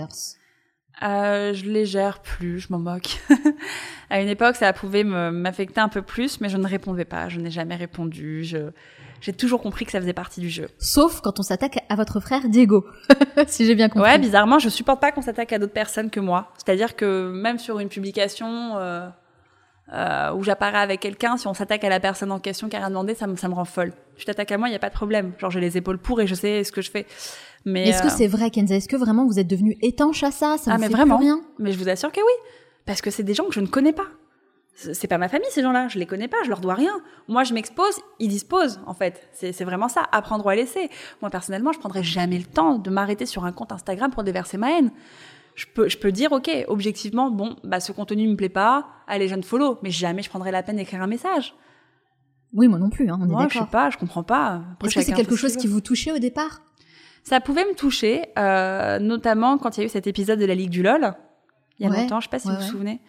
Euh, je les gère plus, je m'en moque. À une époque, ça pouvait me, m'affecter un peu plus, mais je ne répondais pas, je n'ai jamais répondu, je... J'ai toujours compris que ça faisait partie du jeu. Sauf quand on s'attaque à votre frère Diego, si j'ai bien compris. Ouais, bizarrement, je supporte pas qu'on s'attaque à d'autres personnes que moi. C'est-à-dire que même sur une publication euh, euh, où j'apparais avec quelqu'un, si on s'attaque à la personne en question qui a rien demandé, ça me, ça me rend folle. Tu t'attaques à moi, il y a pas de problème. Genre, j'ai les épaules pour et je sais ce que je fais. Mais est-ce euh... que c'est vrai, Kenza ? Est-ce que vraiment vous êtes devenue étanche à ça ? Ça ah, vous mais fait vraiment. plus rien ? Mais je vous assure que oui. Parce que c'est des gens que je ne connais pas. C'est pas ma famille, ces gens-là. Je les connais pas, je leur dois rien. Moi, je m'expose, ils disposent, en fait. C'est, c'est vraiment ça, apprendre ou à laisser. Moi, personnellement, je prendrais jamais le temps de m'arrêter sur un compte Instagram pour déverser ma haine. Je peux, je peux dire, ok, objectivement, bon, bah, ce contenu me plaît pas, allez, je ne follow. Mais jamais je prendrais la peine d'écrire un message. Oui, moi non plus, hein, on est moi, d'accord. je sais pas, je comprends pas. Après, Est-ce que c'est quelque chose qui vous touchait au départ? Ça pouvait me toucher, euh, notamment quand il y a eu cet épisode de la Ligue du LOL. Il y a ouais, longtemps, je sais pas si ouais, vous vous ouais. souvenez.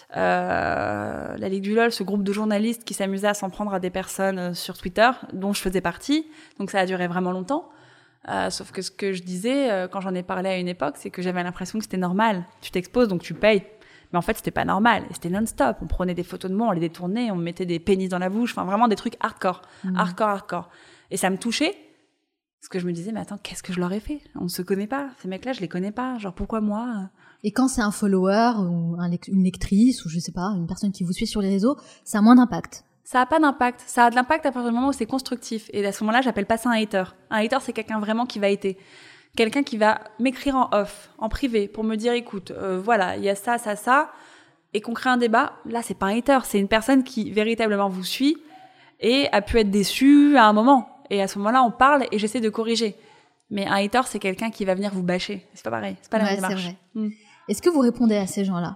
Euh, la Ligue du LOL, ce groupe de journalistes qui s'amusait à s'en prendre à des personnes sur Twitter, dont je faisais partie. Donc ça a duré vraiment longtemps. Euh, sauf que ce que je disais, euh, quand j'en ai parlé à une époque, c'est que j'avais l'impression que c'était normal. Tu t'exposes, donc tu payes. Mais en fait, c'était pas normal. Et c'était non-stop. On prenait des photos de moi, on les détournait, on me mettait des pénis dans la bouche. Enfin, vraiment des trucs hardcore. Mmh. Hardcore, hardcore. Et ça me touchait. Parce que je me disais, mais attends, qu'est-ce que je leur ai fait? On ne se connaît pas. Ces mecs-là, je les connais pas. Genre, pourquoi moi? Et quand c'est un follower ou un lect- une lectrice ou je sais pas, une personne qui vous suit sur les réseaux, ça a moins d'impact. Ça a pas d'impact. Ça a de l'impact à partir du moment où c'est constructif. Et à ce moment-là, j'appelle pas ça un hater. Un hater, c'est quelqu'un vraiment qui va hater. Quelqu'un qui va m'écrire en off, en privé, pour me dire, écoute, euh, voilà, il y a ça, ça, ça, et qu'on crée un débat. Là, c'est pas un hater. C'est une personne qui véritablement vous suit et a pu être déçue à un moment. Et à ce moment-là, on parle et j'essaie de corriger. Mais un hater, c'est quelqu'un qui va venir vous bâcher. C'est pas pareil. C'est pas la ouais, même démarche. C'est vrai. Mm. Est-ce que vous répondez à ces gens-là?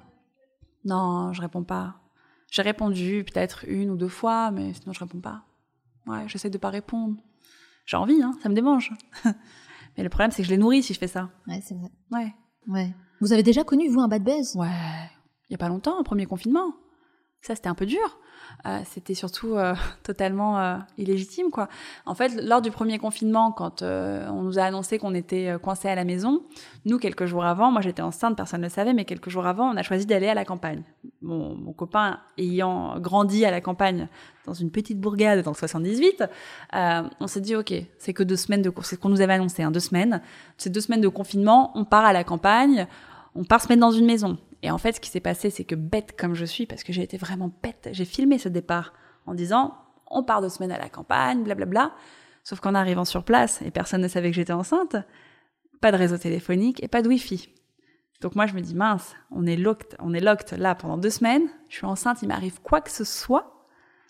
Non, je réponds pas. J'ai répondu peut-être une ou deux fois, mais sinon je réponds pas. Ouais, j'essaie de pas répondre. J'ai envie, hein, ça me démange. Mais le problème, c'est que je les nourris si je fais ça. Ouais, c'est vrai. Ouais. Ouais. Vous avez déjà connu, vous, un bad buzz? Ouais. Il y a pas longtemps, au premier confinement. Ça, c'était un peu dur. Euh, c'était surtout euh, totalement euh, illégitime, quoi. En fait, lors du premier confinement, quand euh, on nous a annoncé qu'on était euh, coincés à la maison, nous, quelques jours avant, moi j'étais enceinte, personne ne le savait, mais quelques jours avant, on a choisi d'aller à la campagne. Mon, mon copain ayant grandi à la campagne dans une petite bourgade dans le soixante-dix-huit, euh, on s'est dit, ok, c'est que deux semaines de... C'est ce qu'on nous avait annoncé, hein, deux semaines. Ces deux semaines de confinement, on part à la campagne, on part se mettre dans une maison. Et en fait, ce qui s'est passé, c'est que bête comme je suis, parce que j'ai été vraiment bête, j'ai filmé ce départ en disant « on part deux semaines à la campagne, blablabla ». Sauf qu'en arrivant sur place, et personne ne savait que j'étais enceinte, pas de réseau téléphonique et pas de Wi-Fi. Donc moi, je me dis « mince, on est locked, on est locked là pendant deux semaines, je suis enceinte, il m'arrive quoi que ce soit,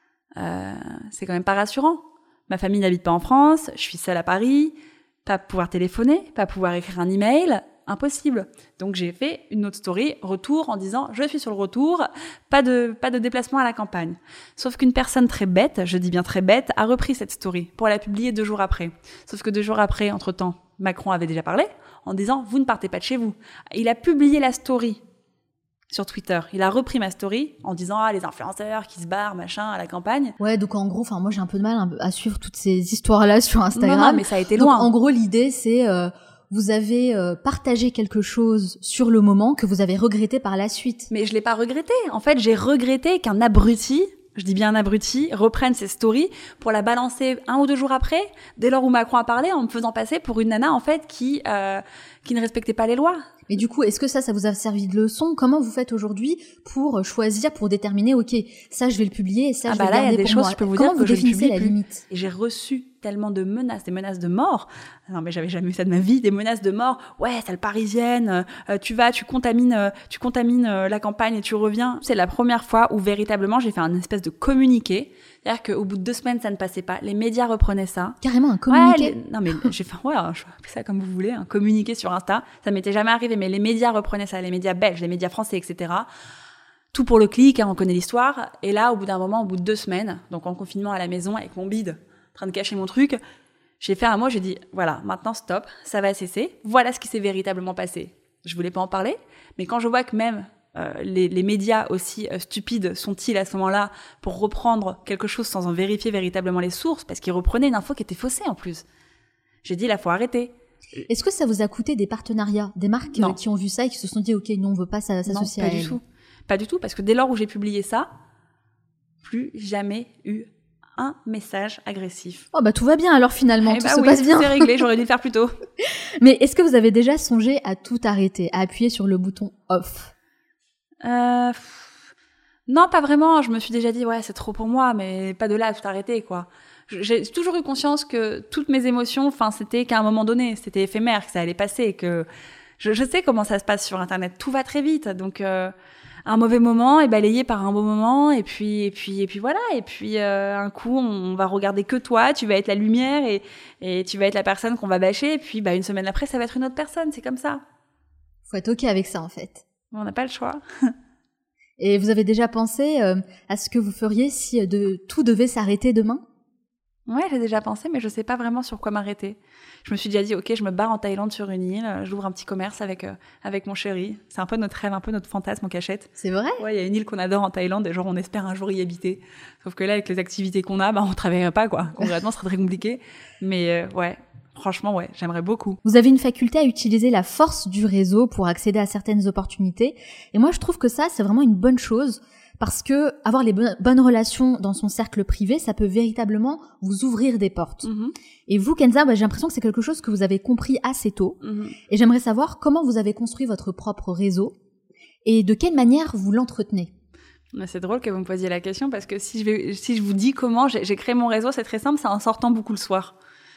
euh, c'est quand même pas rassurant. Ma famille n'habite pas en France, je suis seule à Paris, pas pouvoir téléphoner, pas pouvoir écrire un email ». Impossible. Donc j'ai fait une autre story, retour, en disant je suis sur le retour, pas de, pas de déplacement à la campagne. Sauf qu'une personne très bête, je dis bien très bête, a repris cette story pour la publier deux jours après. Sauf que deux jours après, entre-temps, Macron avait déjà parlé en disant vous ne partez pas de chez vous. Il a publié la story sur Twitter. Il a repris ma story en disant ah les influenceurs qui se barrent machin à la campagne. Ouais, donc en gros, enfin moi j'ai un peu de mal à suivre toutes ces histoires-là sur Instagram. Non, non mais ça a été loin. Donc en gros l'idée c'est euh, vous avez euh, partagé quelque chose sur le moment que vous avez regretté par la suite. Mais je l'ai pas regretté. En fait, j'ai regretté qu'un abruti, je dis bien un abruti, reprenne ses stories pour la balancer un ou deux jours après, dès lors où Macron a parlé, en me faisant passer pour une nana en fait qui euh, qui ne respectait pas les lois. Mais du coup, est-ce que ça, ça vous a servi de leçon? Comment vous faites aujourd'hui pour choisir, pour déterminer, ok, ça je vais le publier et ça ah je bah vais là, le garder y a des pour choses, moi. Je peux vous Comment dire vous que définissez je ne la publie limite? plus. Et j'ai reçu tellement de menaces, des menaces de mort. Non mais j'avais jamais eu ça de ma vie, des menaces de mort. Ouais, sale parisienne, euh, tu vas, tu contamines, euh, tu contamines euh, la campagne et tu reviens. C'est la première fois où véritablement j'ai fait un espèce de communiqué. C'est-à-dire qu'au bout de deux semaines, ça ne passait pas. Les médias reprenaient ça. Carrément un communiqué. Ouais, les... Non mais j'ai fait, ouais, je vais appeler ça comme vous voulez, un communiqué sur Insta. Ça m'était jamais arrivé, mais les médias reprenaient ça, les médias belges, les médias français, et cetera. Tout pour le clic, hein, on connaît l'histoire. Et là, au bout d'un moment, au bout de deux semaines, donc en confinement à la maison avec mon bide, en train de cacher mon truc, j'ai fait un mot, j'ai dit, voilà, maintenant stop, ça va cesser. Voilà ce qui s'est véritablement passé. Je voulais pas en parler, mais quand je vois que même euh, les, les médias aussi euh, stupides sont-ils à ce moment-là pour reprendre quelque chose sans en vérifier véritablement les sources, parce qu'ils reprenaient une info qui était faussée en plus. J'ai dit, là, faut arrêter. Est-ce que ça vous a coûté des partenariats, des marques euh, qui ont vu ça et qui se sont dit, ok, nous on veut pas s'associer à elle? Non, pas du tout. Pas du tout, parce que dès lors où j'ai publié ça, plus jamais eu un message agressif. Oh bah tout va bien alors finalement, eh tout bah se oui, passe bien. C'est réglé, j'aurais dû le faire plus tôt. Mais est-ce que vous avez déjà songé à tout arrêter, à appuyer sur le bouton off? euh... Non, pas vraiment. Je me suis déjà dit, ouais, c'est trop pour moi, mais pas de là à tout arrêter, quoi. J'ai toujours eu conscience que toutes mes émotions, enfin, c'était qu'à un moment donné, c'était éphémère, que ça allait passer, que je, je sais comment ça se passe sur Internet. Tout va très vite, donc... Euh... un mauvais moment est balayé par un bon moment, et puis et puis et puis voilà, et puis euh, un coup on va regarder que toi, tu vas être la lumière et et tu vas être la personne qu'on va bâcher, et puis bah une semaine après ça va être une autre personne, c'est comme ça. Faut être ok avec ça en fait. On n'a pas le choix. Et vous avez déjà pensé euh, à ce que vous feriez si de, tout devait s'arrêter demain ? Ouais, j'ai déjà pensé, mais je sais pas vraiment sur quoi m'arrêter. Je me suis déjà dit, ok, je me barre en Thaïlande sur une île, j'ouvre un petit commerce avec euh, avec mon chéri. C'est un peu notre rêve, un peu notre fantasme en cachette. C'est vrai ? Ouais, il y a une île qu'on adore en Thaïlande, et genre on espère un jour y habiter. Sauf que là, avec les activités qu'on a, bah on travaillerait pas, quoi. Concrètement, ce serait très compliqué. Mais euh, ouais, franchement, ouais, j'aimerais beaucoup. Vous avez une faculté à utiliser la force du réseau pour accéder à certaines opportunités. Et moi, je trouve que ça, c'est vraiment une bonne chose. Parce que avoir les bonnes relations dans son cercle privé, ça peut véritablement vous ouvrir des portes. Mm-hmm. Et vous, Kenza, bah, j'ai l'impression que c'est quelque chose que vous avez compris assez tôt. Mm-hmm. Et j'aimerais savoir comment vous avez construit votre propre réseau et de quelle manière vous l'entretenez. C'est drôle que vous me posiez la question, parce que si je, vais, si je vous dis comment j'ai, j'ai créé mon réseau, c'est très simple, c'est en sortant beaucoup le soir.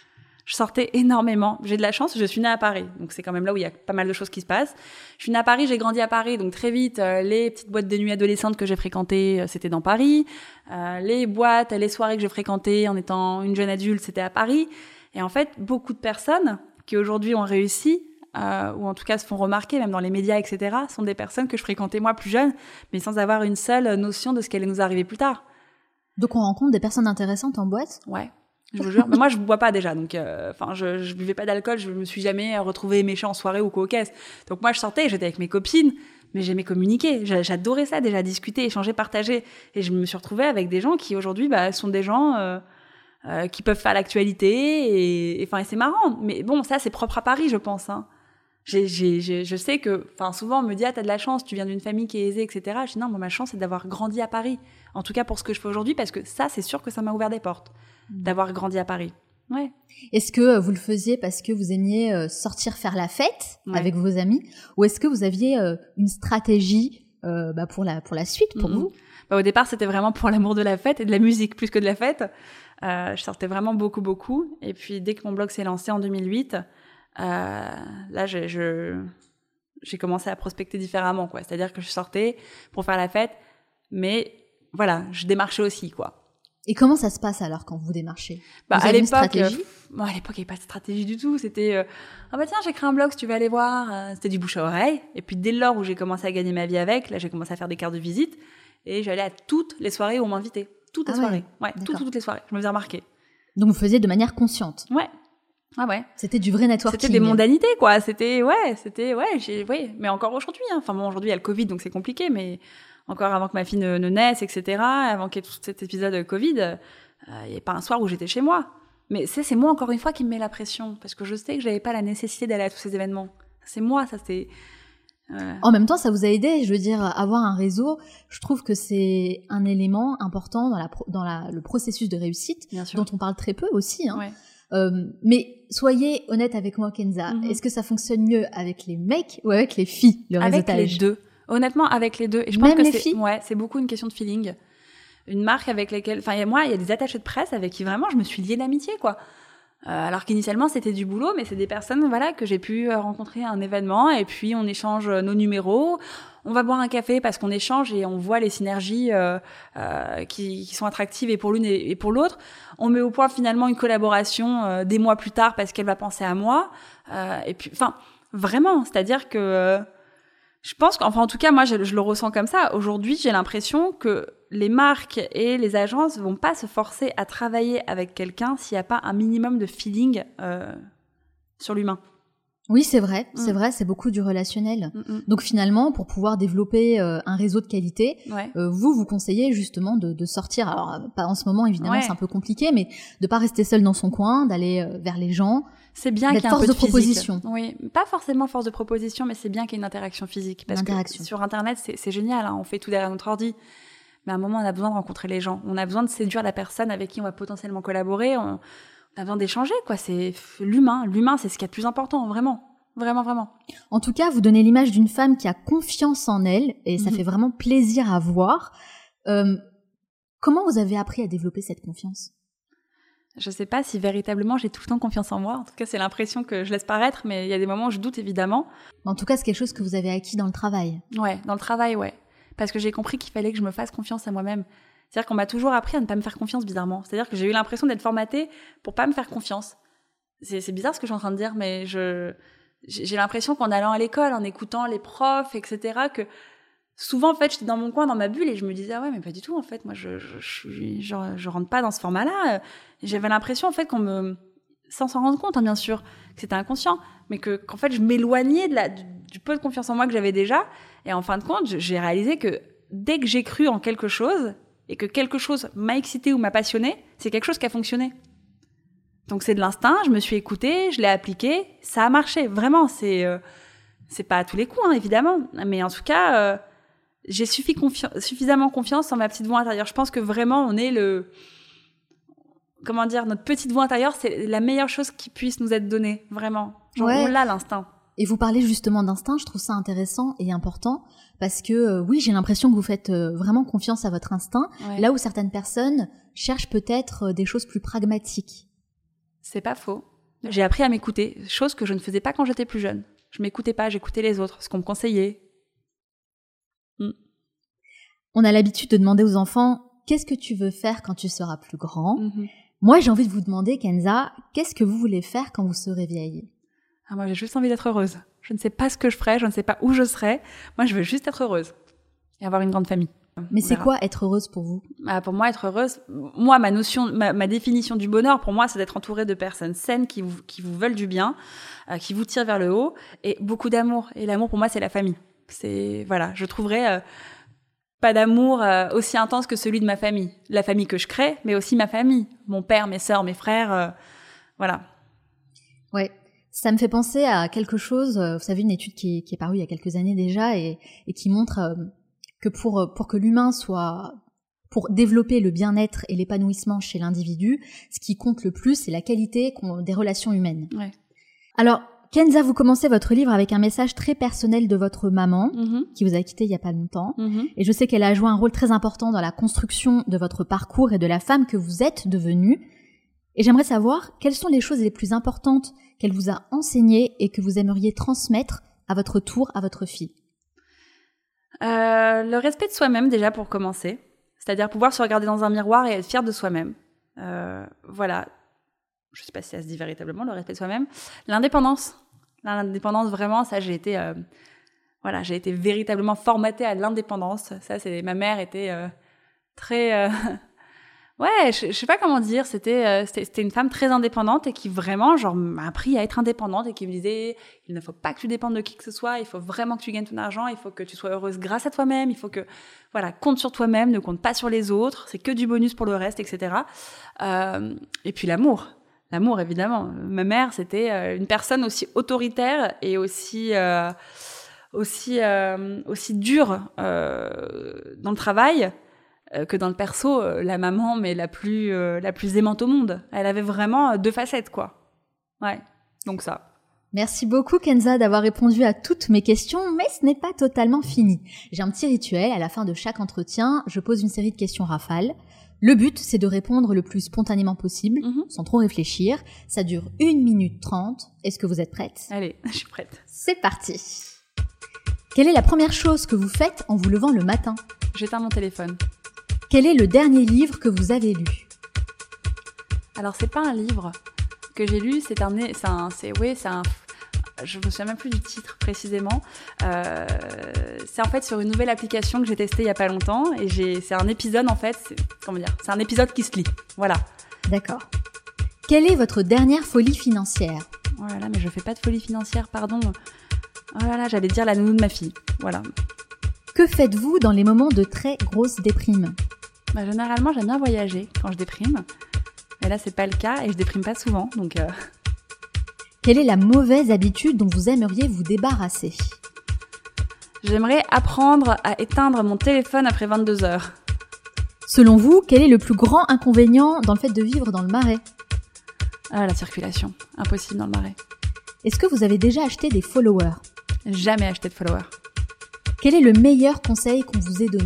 Je sortais énormément. J'ai de la chance, je suis née à Paris. Donc, c'est quand même là où il y a pas mal de choses qui se passent. Je suis née à Paris, j'ai grandi à Paris. Donc, très vite, euh, les petites boîtes de nuit adolescentes que j'ai fréquentées, euh, c'était dans Paris. Euh, les boîtes, les soirées que j'ai fréquentées en étant une jeune adulte, c'était à Paris. Et en fait, beaucoup de personnes qui aujourd'hui ont réussi, euh, ou en tout cas se font remarquer, même dans les médias, et cetera, sont des personnes que je fréquentais moi plus jeune, mais sans avoir une seule notion de ce qui allait nous arriver plus tard. Donc, on rencontre des personnes intéressantes en boîte ? Ouais. Je vous jure. Mais moi, je bois pas déjà, donc, enfin, euh, je, je buvais pas d'alcool, je me suis jamais retrouvée méchée en soirée ou quoi aux caisses. Donc moi, je sortais, j'étais avec mes copines, mais j'aimais communiquer. J'adorais ça, déjà discuter, échanger, partager. Et je me suis retrouvée avec des gens qui aujourd'hui, bah, sont des gens euh, euh, qui peuvent faire l'actualité. Et enfin, et, et c'est marrant. Mais bon, ça, c'est propre à Paris, je pense. Hein. J'ai, j'ai, j'ai, je sais que, enfin, souvent on me dit ah t'as de la chance, tu viens d'une famille qui est aisée, et cetera. Je dis non, moi ma chance c'est d'avoir grandi à Paris. En tout cas pour ce que je fais aujourd'hui, parce que ça, c'est sûr que ça m'a ouvert des portes. D'avoir grandi à Paris. Ouais. Est-ce que vous le faisiez parce que vous aimiez euh, sortir faire la fête ouais. avec vos amis, ou est-ce que vous aviez euh, une stratégie euh, bah, pour la pour la suite pour mm-hmm. vous ? Bah, au départ, c'était vraiment pour l'amour de la fête et de la musique plus que de la fête. Euh, je sortais vraiment beaucoup beaucoup. Et puis dès que mon blog s'est lancé en deux mille huit, euh, là j'ai, je j'ai commencé à prospecter différemment, quoi. C'est-à-dire que je sortais pour faire la fête, mais voilà, je démarchais aussi, quoi. Et comment ça se passe alors quand vous démarchez ? Bah, vous à avez l'époque, une stratégie ? euh, bon, à l'époque, il n'y avait pas de stratégie du tout. C'était, euh, ah bah tiens, j'ai créé un blog, si tu veux aller voir. Euh, c'était du bouche à oreille. Et puis dès lors où j'ai commencé à gagner ma vie avec, là, j'ai commencé à faire des cartes de visite. Et j'allais à toutes les soirées où on m'invitait. Toutes les ah soirées. Ouais, ouais toutes, toutes les soirées. Je me faisais remarquer. Donc vous faisiez de manière consciente ? Ouais. Ah ouais. C'était du vrai networking. C'était des mondanités, quoi. C'était, ouais, c'était, ouais, j'ai, ouais. Mais encore aujourd'hui, hein. Enfin bon, aujourd'hui, il y a le Covid, donc c'est compliqué, mais encore avant que ma fille ne, ne naisse, et cetera, avant qu'il y ait tout cet épisode de Covid, il euh, n'y avait pas un soir où j'étais chez moi. Mais c'est, c'est moi, encore une fois, qui me met la pression. Parce que je sais que je n'avais pas la nécessité d'aller à tous ces événements. C'est moi, ça, c'est... Euh... En même temps, ça vous a aidé. Je veux dire, avoir un réseau, je trouve que c'est un élément important dans, la, dans la, le processus de réussite, dont on parle très peu aussi. Hein. Ouais. Euh, mais soyez honnête avec moi, Kenza. Mm-hmm. Est-ce que ça fonctionne mieux avec les mecs ou avec les filles, le réseautage ? Avec les deux. Honnêtement, avec les deux. Et je Même pense que les c'est, filles ? ouais, c'est beaucoup une question de feeling. Une marque avec laquelle, enfin, moi, il y a des attachés de presse avec qui vraiment je me suis liée d'amitié, quoi. Euh, alors qu'initialement c'était du boulot, mais c'est des personnes, voilà, que j'ai pu rencontrer à un événement et puis on échange nos numéros. On va boire un café parce qu'on échange et on voit les synergies euh, euh, qui, qui sont attractives et pour l'une et, et pour l'autre. On met au point finalement une collaboration euh, des mois plus tard parce qu'elle va penser à moi. Euh, et puis, enfin, vraiment, c'est-à-dire que euh, je pense qu'enfin, en tout cas, moi, je, je le ressens comme ça. Aujourd'hui, j'ai l'impression que les marques et les agences vont pas se forcer à travailler avec quelqu'un s'il n'y a pas un minimum de feeling euh, sur l'humain. Oui, c'est vrai, mmh. c'est vrai, c'est beaucoup du relationnel. Mmh. Donc finalement, pour pouvoir développer euh, un réseau de qualité, ouais. euh, vous, vous conseillez justement de, de sortir, alors pas en ce moment évidemment, ouais. c'est un peu compliqué, mais de pas rester seul dans son coin, d'aller euh, vers les gens. C'est bien qu'il y ait un force peu de, de proposition. Oui, pas forcément force de proposition, mais c'est bien qu'il y ait une interaction physique. Parce interaction. que sur Internet, c'est, c'est génial, hein, on fait tout derrière notre ordi. Mais à un moment, on a besoin de rencontrer les gens. On a besoin de séduire la personne avec qui on va potentiellement collaborer. On, on a besoin d'échanger, quoi. C'est l'humain. L'humain, c'est ce qu'il y a de plus important, vraiment. Vraiment, vraiment. En tout cas, vous donnez l'image d'une femme qui a confiance en elle et ça mm-hmm. fait vraiment plaisir à voir. Euh, comment vous avez appris à développer cette confiance ? Je sais pas si véritablement j'ai tout le temps confiance en moi. En tout cas, c'est l'impression que je laisse paraître, mais il y a des moments où je doute, évidemment. En tout cas, c'est quelque chose que vous avez acquis dans le travail. Ouais, dans le travail, ouais. parce que j'ai compris qu'il fallait que je me fasse confiance à moi-même. C'est-à-dire qu'on m'a toujours appris à ne pas me faire confiance bizarrement. C'est-à-dire que j'ai eu l'impression d'être formatée pour pas me faire confiance. C'est, c'est bizarre ce que je suis en train de dire, mais je, j'ai l'impression qu'en allant à l'école, en écoutant les profs, et cetera, que souvent, en fait, j'étais dans mon coin, dans ma bulle, et je me disais, ah ouais, mais pas du tout, en fait, moi, je, je, je, je, je rentre pas dans ce format-là. J'avais l'impression, en fait, qu'on me, sans s'en rendre compte, hein, bien sûr, que c'était inconscient, mais que, qu'en fait, je m'éloignais de la, du, du peu de confiance en moi que j'avais déjà, et en fin de compte, j'ai réalisé que dès que j'ai cru en quelque chose, et que quelque chose m'a excité ou m'a passionné, c'est quelque chose qui a fonctionné. Donc c'est de l'instinct, je me suis écoutée, je l'ai appliqué, ça a marché, vraiment, c'est, euh, c'est pas à tous les coups, hein, évidemment, mais en tout cas, euh, j'ai suffi confi- suffisamment confiance en ma petite voix intérieure. Je pense que vraiment, on est le... Comment dire, notre petite voix intérieure, c'est la meilleure chose qui puisse nous être donnée, vraiment. Genre, ouais. On l'a, l'instinct. Et vous parlez justement d'instinct, je trouve ça intéressant et important, parce que euh, oui, j'ai l'impression que vous faites euh, vraiment confiance à votre instinct, ouais. Là où certaines personnes cherchent peut-être euh, des choses plus pragmatiques. C'est pas faux. J'ai appris à m'écouter, chose que je ne faisais pas quand j'étais plus jeune. Je m'écoutais pas, j'écoutais les autres, ce qu'on me conseillait. Mm. On a l'habitude de demander aux enfants « Qu'est-ce que tu veux faire quand tu seras plus grand ?» Mm-hmm. Moi, j'ai envie de vous demander, Kenza, qu'est-ce que vous voulez faire quand vous serez vieille ? Ah, moi, j'ai juste envie d'être heureuse. Je ne sais pas ce que je ferai, je ne sais pas où je serai. Moi, je veux juste être heureuse et avoir une grande famille. Mais c'est quoi être heureuse pour vous ? Ah, pour moi, être heureuse, moi, ma notion, ma, ma définition du bonheur, pour moi, c'est d'être entourée de personnes saines qui vous, qui vous veulent du bien, euh, qui vous tirent vers le haut, et beaucoup d'amour. Et l'amour, pour moi, c'est la famille. C'est, voilà, je trouverais euh, pas d'amour euh, aussi intense que celui de ma famille. La famille que je crée, mais aussi ma famille. Mon père, mes sœurs, mes frères, euh, voilà. Ouais. Ça me fait penser à quelque chose, vous savez, une étude qui est, qui est parue il y a quelques années déjà et, et qui montre euh, que pour, pour que l'humain soit, pour développer le bien-être et l'épanouissement chez l'individu, ce qui compte le plus, c'est la qualité des relations humaines. Ouais. Alors, Kenza, vous commencez votre livre avec un message très personnel de votre maman, mm-hmm. qui vous a quitté il y a pas longtemps. Mm-hmm. Et je sais qu'elle a joué un rôle très important dans la construction de votre parcours et de la femme que vous êtes devenue. Et j'aimerais savoir quelles sont les choses les plus importantes qu'elle vous a enseignées et que vous aimeriez transmettre à votre tour à votre fille. Euh, le respect de soi-même déjà pour commencer, c'est-à-dire pouvoir se regarder dans un miroir et être fier de soi-même. Euh, voilà, je ne sais pas si ça se dit véritablement, le respect de soi-même. L'indépendance, l'indépendance vraiment, ça j'ai été, euh, voilà, j'ai été véritablement formatée à l'indépendance. Ça, c'est ma mère était euh, très euh, Ouais, je, je sais pas comment dire, c'était, euh, c'était c'était une femme très indépendante et qui vraiment genre m'a appris à être indépendante et qui me disait il ne faut pas que tu dépendes de qui que ce soit, il faut vraiment que tu gagnes ton argent, il faut que tu sois heureuse grâce à toi-même, il faut que voilà, compte sur toi-même, ne compte pas sur les autres, c'est que du bonus pour le reste, et cetera. Euh, et puis l'amour, l'amour évidemment. Ma mère, c'était euh, une personne aussi autoritaire et aussi euh, aussi euh, aussi dure euh, dans le travail que dans le perso, la maman, mais la plus, euh, la plus aimante au monde. Elle avait vraiment deux facettes, quoi. Ouais, donc ça. Merci beaucoup, Kenza, d'avoir répondu à toutes mes questions, mais ce n'est pas totalement fini. J'ai un petit rituel, à la fin de chaque entretien, je pose une série de questions rafales. Le but, c'est de répondre le plus spontanément possible, mm-hmm. sans trop réfléchir. Ça dure une minute trente. Est-ce que vous êtes prête ? Allez, je suis prête. C'est parti. Quelle est la première chose que vous faites en vous levant le matin ? J'éteins mon téléphone. Quel est le dernier livre que vous avez lu ? Alors, c'est pas un livre que j'ai lu, c'est un... C'est un c'est, oui, c'est un... Je me souviens même plus du titre précisément. Euh, c'est en fait sur une nouvelle application que j'ai testée il y a pas longtemps. Et j'ai, c'est un épisode, en fait... C'est, comment dire ? C'est un épisode qui se lit. Voilà. D'accord. Quelle est votre dernière folie financière ? Oh là là, mais je fais pas de folie financière, pardon. Oh là là, j'allais dire la nounou de ma fille. Voilà. Que faites-vous dans les moments de très grosse déprime ? Bah, généralement, j'aime bien voyager quand je déprime. Mais là, c'est pas le cas et je déprime pas souvent, donc... Euh... Quelle est la mauvaise habitude dont vous aimeriez vous débarrasser ? J'aimerais apprendre à éteindre mon téléphone après vingt-deux heures. Selon vous, quel est le plus grand inconvénient dans le fait de vivre dans le Marais ? Ah, la circulation. Impossible dans le Marais. Est-ce que vous avez déjà acheté des followers ? Jamais acheté de followers. Quel est le meilleur conseil qu'on vous ait donné ?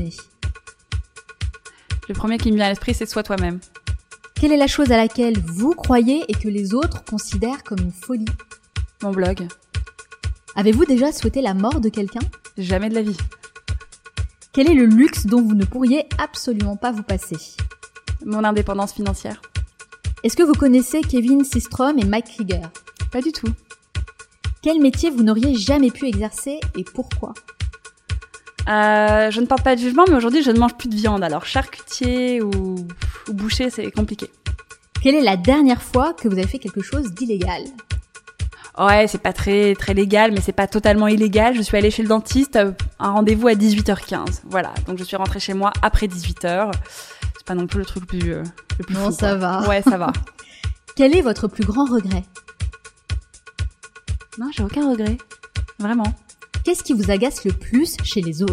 Le premier qui me vient à l'esprit, c'est sois toi-même. Quelle est la chose à laquelle vous croyez et que les autres considèrent comme une folie ? Mon blog. Avez-vous déjà souhaité la mort de quelqu'un ? Jamais de la vie. Quel est le luxe dont vous ne pourriez absolument pas vous passer ? Mon indépendance financière. Est-ce que vous connaissez Kevin Systrom et Mike Krieger ? Pas du tout. Quel métier vous n'auriez jamais pu exercer et pourquoi ? euh, Je ne porte pas de jugement, mais aujourd'hui, je ne mange plus de viande. Alors, charcutier ou, ou boucher, c'est compliqué. Quelle est la dernière fois que vous avez fait quelque chose d'illégal ? Ouais, c'est pas très très légal, mais c'est pas totalement illégal. Je suis allée chez le dentiste, un rendez-vous à dix-huit heures quinze. Voilà, donc je suis rentrée chez moi après dix-huit heures. C'est pas non plus le truc le plus, euh, le plus non, fou. ça quoi. va. Ouais, ça va. Quel est votre plus grand regret ? Non, j'ai aucun regret. Vraiment. Qu'est-ce qui vous agace le plus chez les autres ?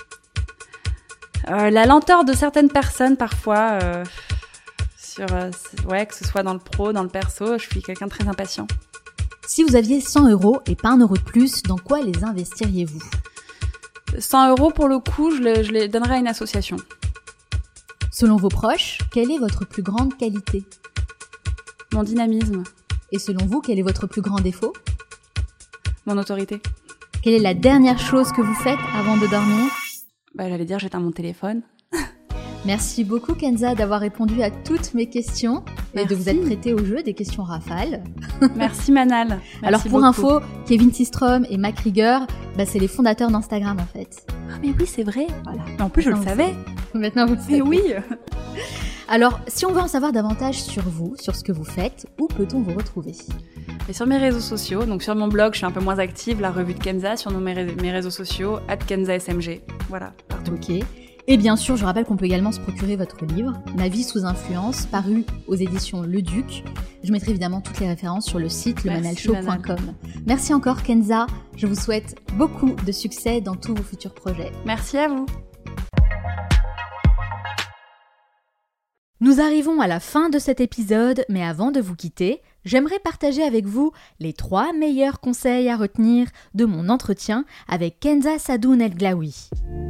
euh, La lenteur de certaines personnes, parfois. Euh, sur, euh, ouais, que ce soit dans le pro, dans le perso, je suis quelqu'un de très impatient. Si vous aviez cent euros et pas un euro de plus, dans quoi les investiriez-vous ? cent euros, pour le coup, je, le, je les donnerais à une association. Selon vos proches, quelle est votre plus grande qualité ? Mon dynamisme. Et selon vous, quel est votre plus grand défaut ? Mon autorité. Quelle est la dernière chose que vous faites avant de dormir ? Bah, j'allais dire, j'éteins mon téléphone. Merci beaucoup Kenza d'avoir répondu à toutes mes questions et Merci. de vous être prêtée au jeu des questions rafales. Merci Manal. Merci Alors pour beaucoup. info, Kevin Systrom et Mike Krieger, bah, c'est les fondateurs d'Instagram en fait. Ah mais oui, c'est vrai. Voilà. Mais en plus, je le Maintenant, savais. vous- Maintenant vous le savez. Mais oui. Alors si on veut en savoir davantage sur vous, sur ce que vous faites, où peut-on vous retrouver ? Et sur mes réseaux sociaux, donc sur mon blog, je suis un peu moins active, la revue de Kenza, sur nos, mes, ré- mes réseaux sociaux, at kenza S M G. Voilà, partout. Ok. Et bien sûr, je rappelle qu'on peut également se procurer votre livre, Ma vie sous influence, paru aux éditions Le Duc. Je mettrai évidemment toutes les références sur le site le manal show point com. Merci encore Kenza, je vous souhaite beaucoup de succès dans tous vos futurs projets. Merci à vous. Nous arrivons à la fin de cet épisode, mais avant de vous quitter, j'aimerais partager avec vous les trois meilleurs conseils à retenir de mon entretien avec Kenza Sadoun El Glaoui.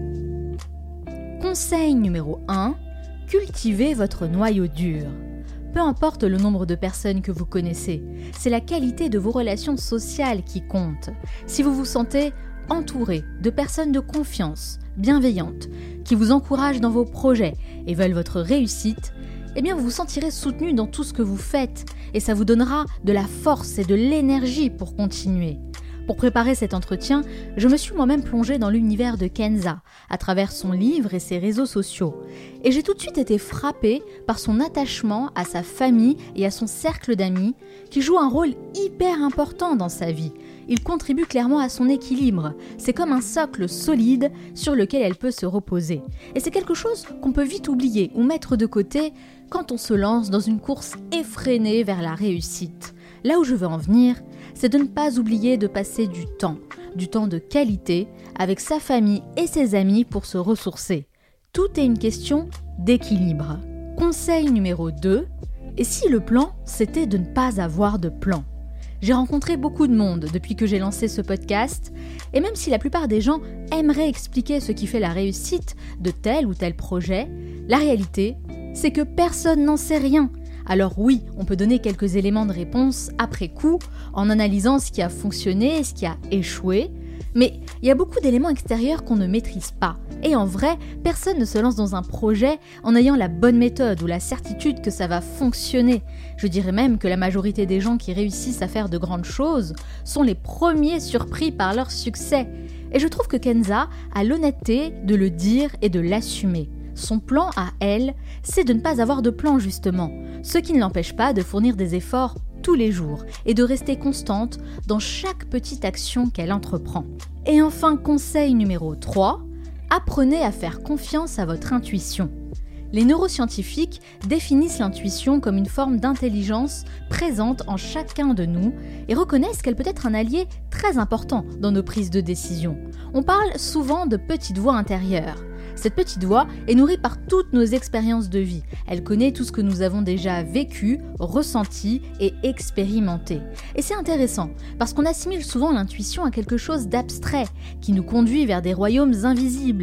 Conseil numéro un, cultivez votre noyau dur. Peu importe le nombre de personnes que vous connaissez, c'est la qualité de vos relations sociales qui compte. Si vous vous sentez entouré de personnes de confiance, bienveillantes, qui vous encouragent dans vos projets et veulent votre réussite, eh bien vous vous sentirez soutenu dans tout ce que vous faites et ça vous donnera de la force et de l'énergie pour continuer. Pour préparer cet entretien, je me suis moi-même plongée dans l'univers de Kenza, à travers son livre et ses réseaux sociaux. Et j'ai tout de suite été frappée par son attachement à sa famille et à son cercle d'amis, qui joue un rôle hyper important dans sa vie. Il contribue clairement à son équilibre. C'est comme un socle solide sur lequel elle peut se reposer. Et c'est quelque chose qu'on peut vite oublier ou mettre de côté quand on se lance dans une course effrénée vers la réussite. Là où je veux en venir, c'est de ne pas oublier de passer du temps, du temps de qualité, avec sa famille et ses amis pour se ressourcer. Tout est une question d'équilibre. Conseil numéro deux, et si le plan, c'était de ne pas avoir de plan ? J'ai rencontré beaucoup de monde depuis que j'ai lancé ce podcast, et même si la plupart des gens aimeraient expliquer ce qui fait la réussite de tel ou tel projet, la réalité, c'est que personne n'en sait rien. Alors oui, on peut donner quelques éléments de réponse après coup, en analysant ce qui a fonctionné et ce qui a échoué, mais il y a beaucoup d'éléments extérieurs qu'on ne maîtrise pas. Et en vrai, personne ne se lance dans un projet en ayant la bonne méthode ou la certitude que ça va fonctionner. Je dirais même que la majorité des gens qui réussissent à faire de grandes choses sont les premiers surpris par leur succès. Et je trouve que Kenza a l'honnêteté de le dire et de l'assumer. Son plan à elle, c'est de ne pas avoir de plan justement, ce qui ne l'empêche pas de fournir des efforts tous les jours et de rester constante dans chaque petite action qu'elle entreprend. Et enfin, conseil numéro trois, apprenez à faire confiance à votre intuition. Les neuroscientifiques définissent l'intuition comme une forme d'intelligence présente en chacun de nous et reconnaissent qu'elle peut être un allié très important dans nos prises de décision. On parle souvent de petite voix intérieure. Cette petite voix est nourrie par toutes nos expériences de vie. Elle connaît tout ce que nous avons déjà vécu, ressenti et expérimenté. Et c'est intéressant, parce qu'on assimile souvent l'intuition à quelque chose d'abstrait, qui nous conduit vers des royaumes invisibles.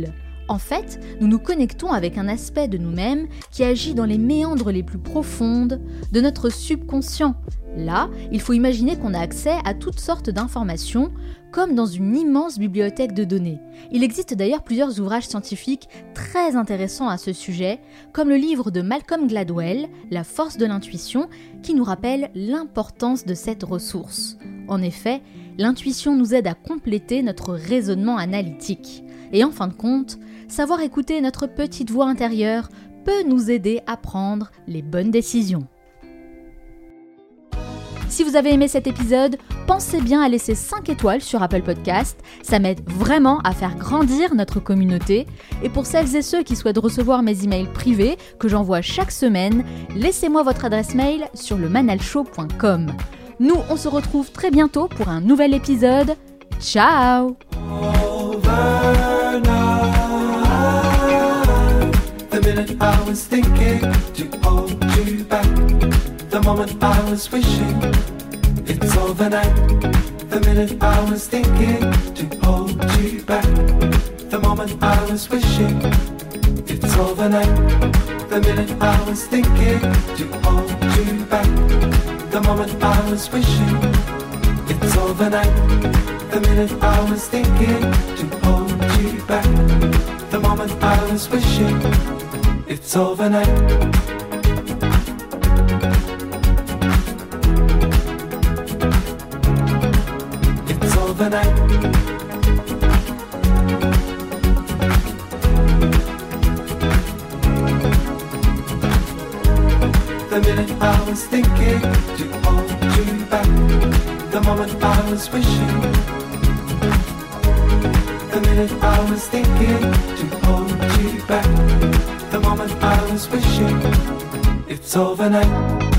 En fait, nous nous connectons avec un aspect de nous-mêmes qui agit dans les méandres les plus profondes de notre subconscient. Là, il faut imaginer qu'on a accès à toutes sortes d'informations, comme dans une immense bibliothèque de données. Il existe d'ailleurs plusieurs ouvrages scientifiques très intéressants à ce sujet, comme le livre de Malcolm Gladwell, La force de l'intuition, qui nous rappelle l'importance de cette ressource. En effet, l'intuition nous aide à compléter notre raisonnement analytique. Et en fin de compte, savoir écouter notre petite voix intérieure peut nous aider à prendre les bonnes décisions. Si vous avez aimé cet épisode, pensez bien à laisser cinq étoiles sur Apple Podcast, ça m'aide vraiment à faire grandir notre communauté. Et pour celles et ceux qui souhaitent recevoir mes emails privés que j'envoie chaque semaine, laissez-moi votre adresse mail sur le manal show point com. Nous, on se retrouve très bientôt pour un nouvel épisode. Ciao! The minute I was thinking to hold you back, the moment I was wishing it's overnight. The minute I was thinking to hold you back, the moment I was wishing it's overnight. The minute I was thinking to hold you back, the moment I was wishing it's overnight. The minute I was thinking to hold you back, the moment I was wishing it's overnight. It's overnight. The minute I was thinking to hold you back, the moment I was wishing. The minute I was thinking to hold you back, the moment I was wishing it's overnight.